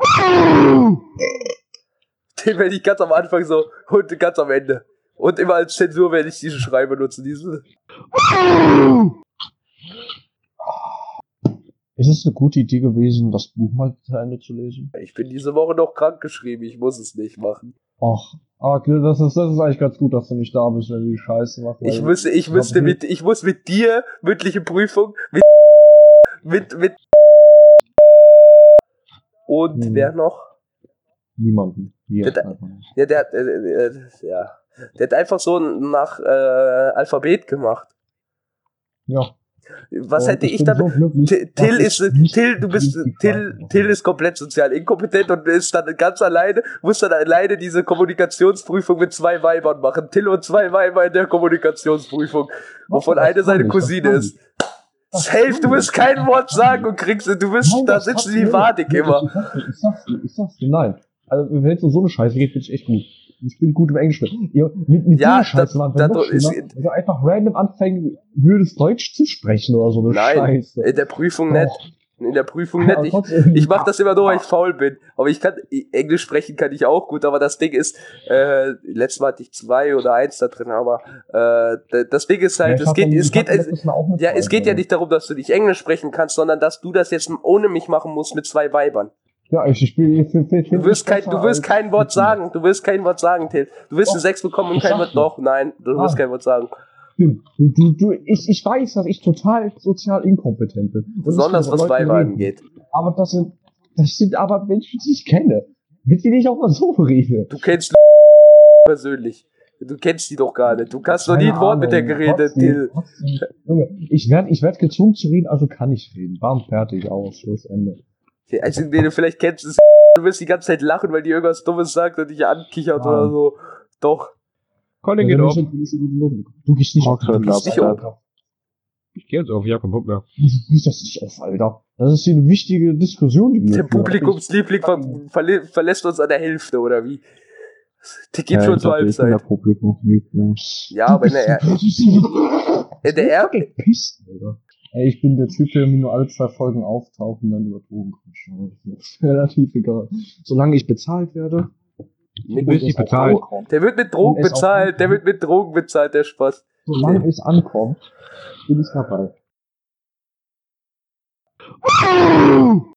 Speaker 3: Den werde ich ganz am Anfang so und ganz am Ende. Und immer als Zensur werde ich diesen Schrei benutzen. Diesen.
Speaker 5: Ist es eine gute Idee gewesen, das Buch mal zu Ende zu lesen?
Speaker 3: Ich bin diese Woche noch krank geschrieben, ich muss es nicht machen.
Speaker 5: Ach, okay, das ist, das ist eigentlich ganz gut, dass du nicht da bist, wenn wir die Scheiße machen.
Speaker 3: Ich
Speaker 5: weil-
Speaker 3: müsste, ich
Speaker 5: glaub,
Speaker 3: müsste
Speaker 5: wir-
Speaker 3: mit, ich muss mit dir mündliche Prüfung, mit, mit, mit und
Speaker 5: Hm.
Speaker 3: wer noch?
Speaker 5: Niemanden. Hier,
Speaker 3: Der-
Speaker 5: einfach nicht.
Speaker 3: Ja, der hat, äh, äh, ja, der hat einfach so nach äh, Alphabet gemacht.
Speaker 5: Ja.
Speaker 3: Was
Speaker 5: Und
Speaker 3: hätte ich
Speaker 5: bin
Speaker 3: damit?
Speaker 5: so glücklich,
Speaker 3: Till,
Speaker 5: dass
Speaker 3: Till
Speaker 5: ich
Speaker 3: ist, äh,
Speaker 5: nicht
Speaker 3: Till, du bist,
Speaker 5: richtig
Speaker 3: Till,
Speaker 5: war.
Speaker 3: Till ist komplett sozial inkompetent und ist dann ganz alleine, muss dann alleine diese Kommunikationsprüfung mit zwei Weibern machen. Till und zwei Weiber in der Kommunikationsprüfung, wovon
Speaker 5: das
Speaker 3: eine
Speaker 5: kann
Speaker 3: seine
Speaker 5: ich, das
Speaker 3: Cousine
Speaker 5: kann
Speaker 3: ist.
Speaker 5: Das
Speaker 3: Safe,
Speaker 5: kann
Speaker 3: du wirst
Speaker 5: ich.
Speaker 3: kein Wort sagen und kriegst, du wirst,
Speaker 5: Nein,
Speaker 3: da
Speaker 5: das
Speaker 3: sitzen
Speaker 5: kannst
Speaker 3: wie
Speaker 5: du
Speaker 3: Wadig
Speaker 5: nicht.
Speaker 3: immer.
Speaker 5: Ich sag's dir, ich sag's dir, ich sag's dir, nein. Also, wenn es um so eine Scheiße geht, bin ich echt gut. Ich bin gut im Englisch. Ihr, mit, mit
Speaker 3: Ja,
Speaker 5: dieser Scheiße,
Speaker 3: das-
Speaker 5: Mann,
Speaker 3: das
Speaker 5: wenn noch
Speaker 3: ist-
Speaker 5: schlimmer, wenn du einfach random anfangen würdest, Deutsch zu sprechen oder so eine
Speaker 3: Nein,
Speaker 5: Scheiße.
Speaker 3: in der Prüfung nicht.
Speaker 5: Och,
Speaker 3: In der Prüfung nicht. Ich, ich mach das immer nur, weil ich faul bin. Aber ich kann, Englisch sprechen kann ich auch gut, aber das Ding ist, äh, letztes Mal hatte ich zwei oder eins da drin, aber, äh, das Ding ist halt, es geht, es geht, ja, es geht ja nicht darum, dass du nicht Englisch sprechen kannst, sondern dass du das jetzt ohne mich machen musst mit zwei Weibern.
Speaker 5: Ja, ich, ich bin, ich, ich, ich
Speaker 3: Du wirst kein, du wirst kein Wort sagen, du wirst kein Wort sagen, Till. Du wirst eine sechs bekommen und kein Wort, doch, nein, du wirst kein Wort sagen.
Speaker 5: Du, du, du, ich, ich weiß, dass ich total sozial inkompetent bin. Und
Speaker 3: Besonders was Weiber angeht.
Speaker 5: Aber das sind, das sind aber Menschen, die ich kenne. Mit denen ich auch mal so rede.
Speaker 3: Du kennst persönlich. Du kennst die doch gar nicht. Du hast noch nie ein Wort mit der geredet, Till.
Speaker 5: Junge, ich werde ich werd gezwungen zu reden, also kann ich reden. Bam, fertig, aus, Schluss, Ende.
Speaker 3: Also, den du vielleicht kennst, ist, du wirst die ganze Zeit lachen, weil die irgendwas Dummes sagt und dich ankichert
Speaker 5: Ja.
Speaker 3: oder so. Doch.
Speaker 2: Colin geht auf.
Speaker 5: Du gehst nicht auf.
Speaker 1: Oxford
Speaker 5: Du gehst nicht
Speaker 1: Love,
Speaker 5: auf.
Speaker 2: Ich gehe jetzt auf, ja, kein Punkt mehr.
Speaker 5: Wie das nicht auf, Alter? Das ist hier eine wichtige Diskussion, die wir
Speaker 3: Der
Speaker 5: führen.
Speaker 3: Publikumsliebling ver verlä verlässt uns an der Hälfte, oder wie? Der geht
Speaker 1: Ja,
Speaker 3: schon
Speaker 1: ich
Speaker 3: zur
Speaker 1: dachte, ich bin der
Speaker 3: Halbzeit.
Speaker 1: Publikumsliebling.
Speaker 3: Ja, aber in der, er in der er
Speaker 5: Piss, Alter. Ey, ich bin der Typ, der mir nur alle zwei Folgen auftaucht und dann über Drogen quatscht. Aber das ist relativ egal. Solange ich bezahlt werde.
Speaker 2: Du wirst nicht bezahlt.
Speaker 3: Der wird mit Drogen
Speaker 5: Und es auch-
Speaker 3: bezahlt, der wird mit Drogen bezahlt, der Spaß.
Speaker 5: Solange es ankommt, bin ich dabei.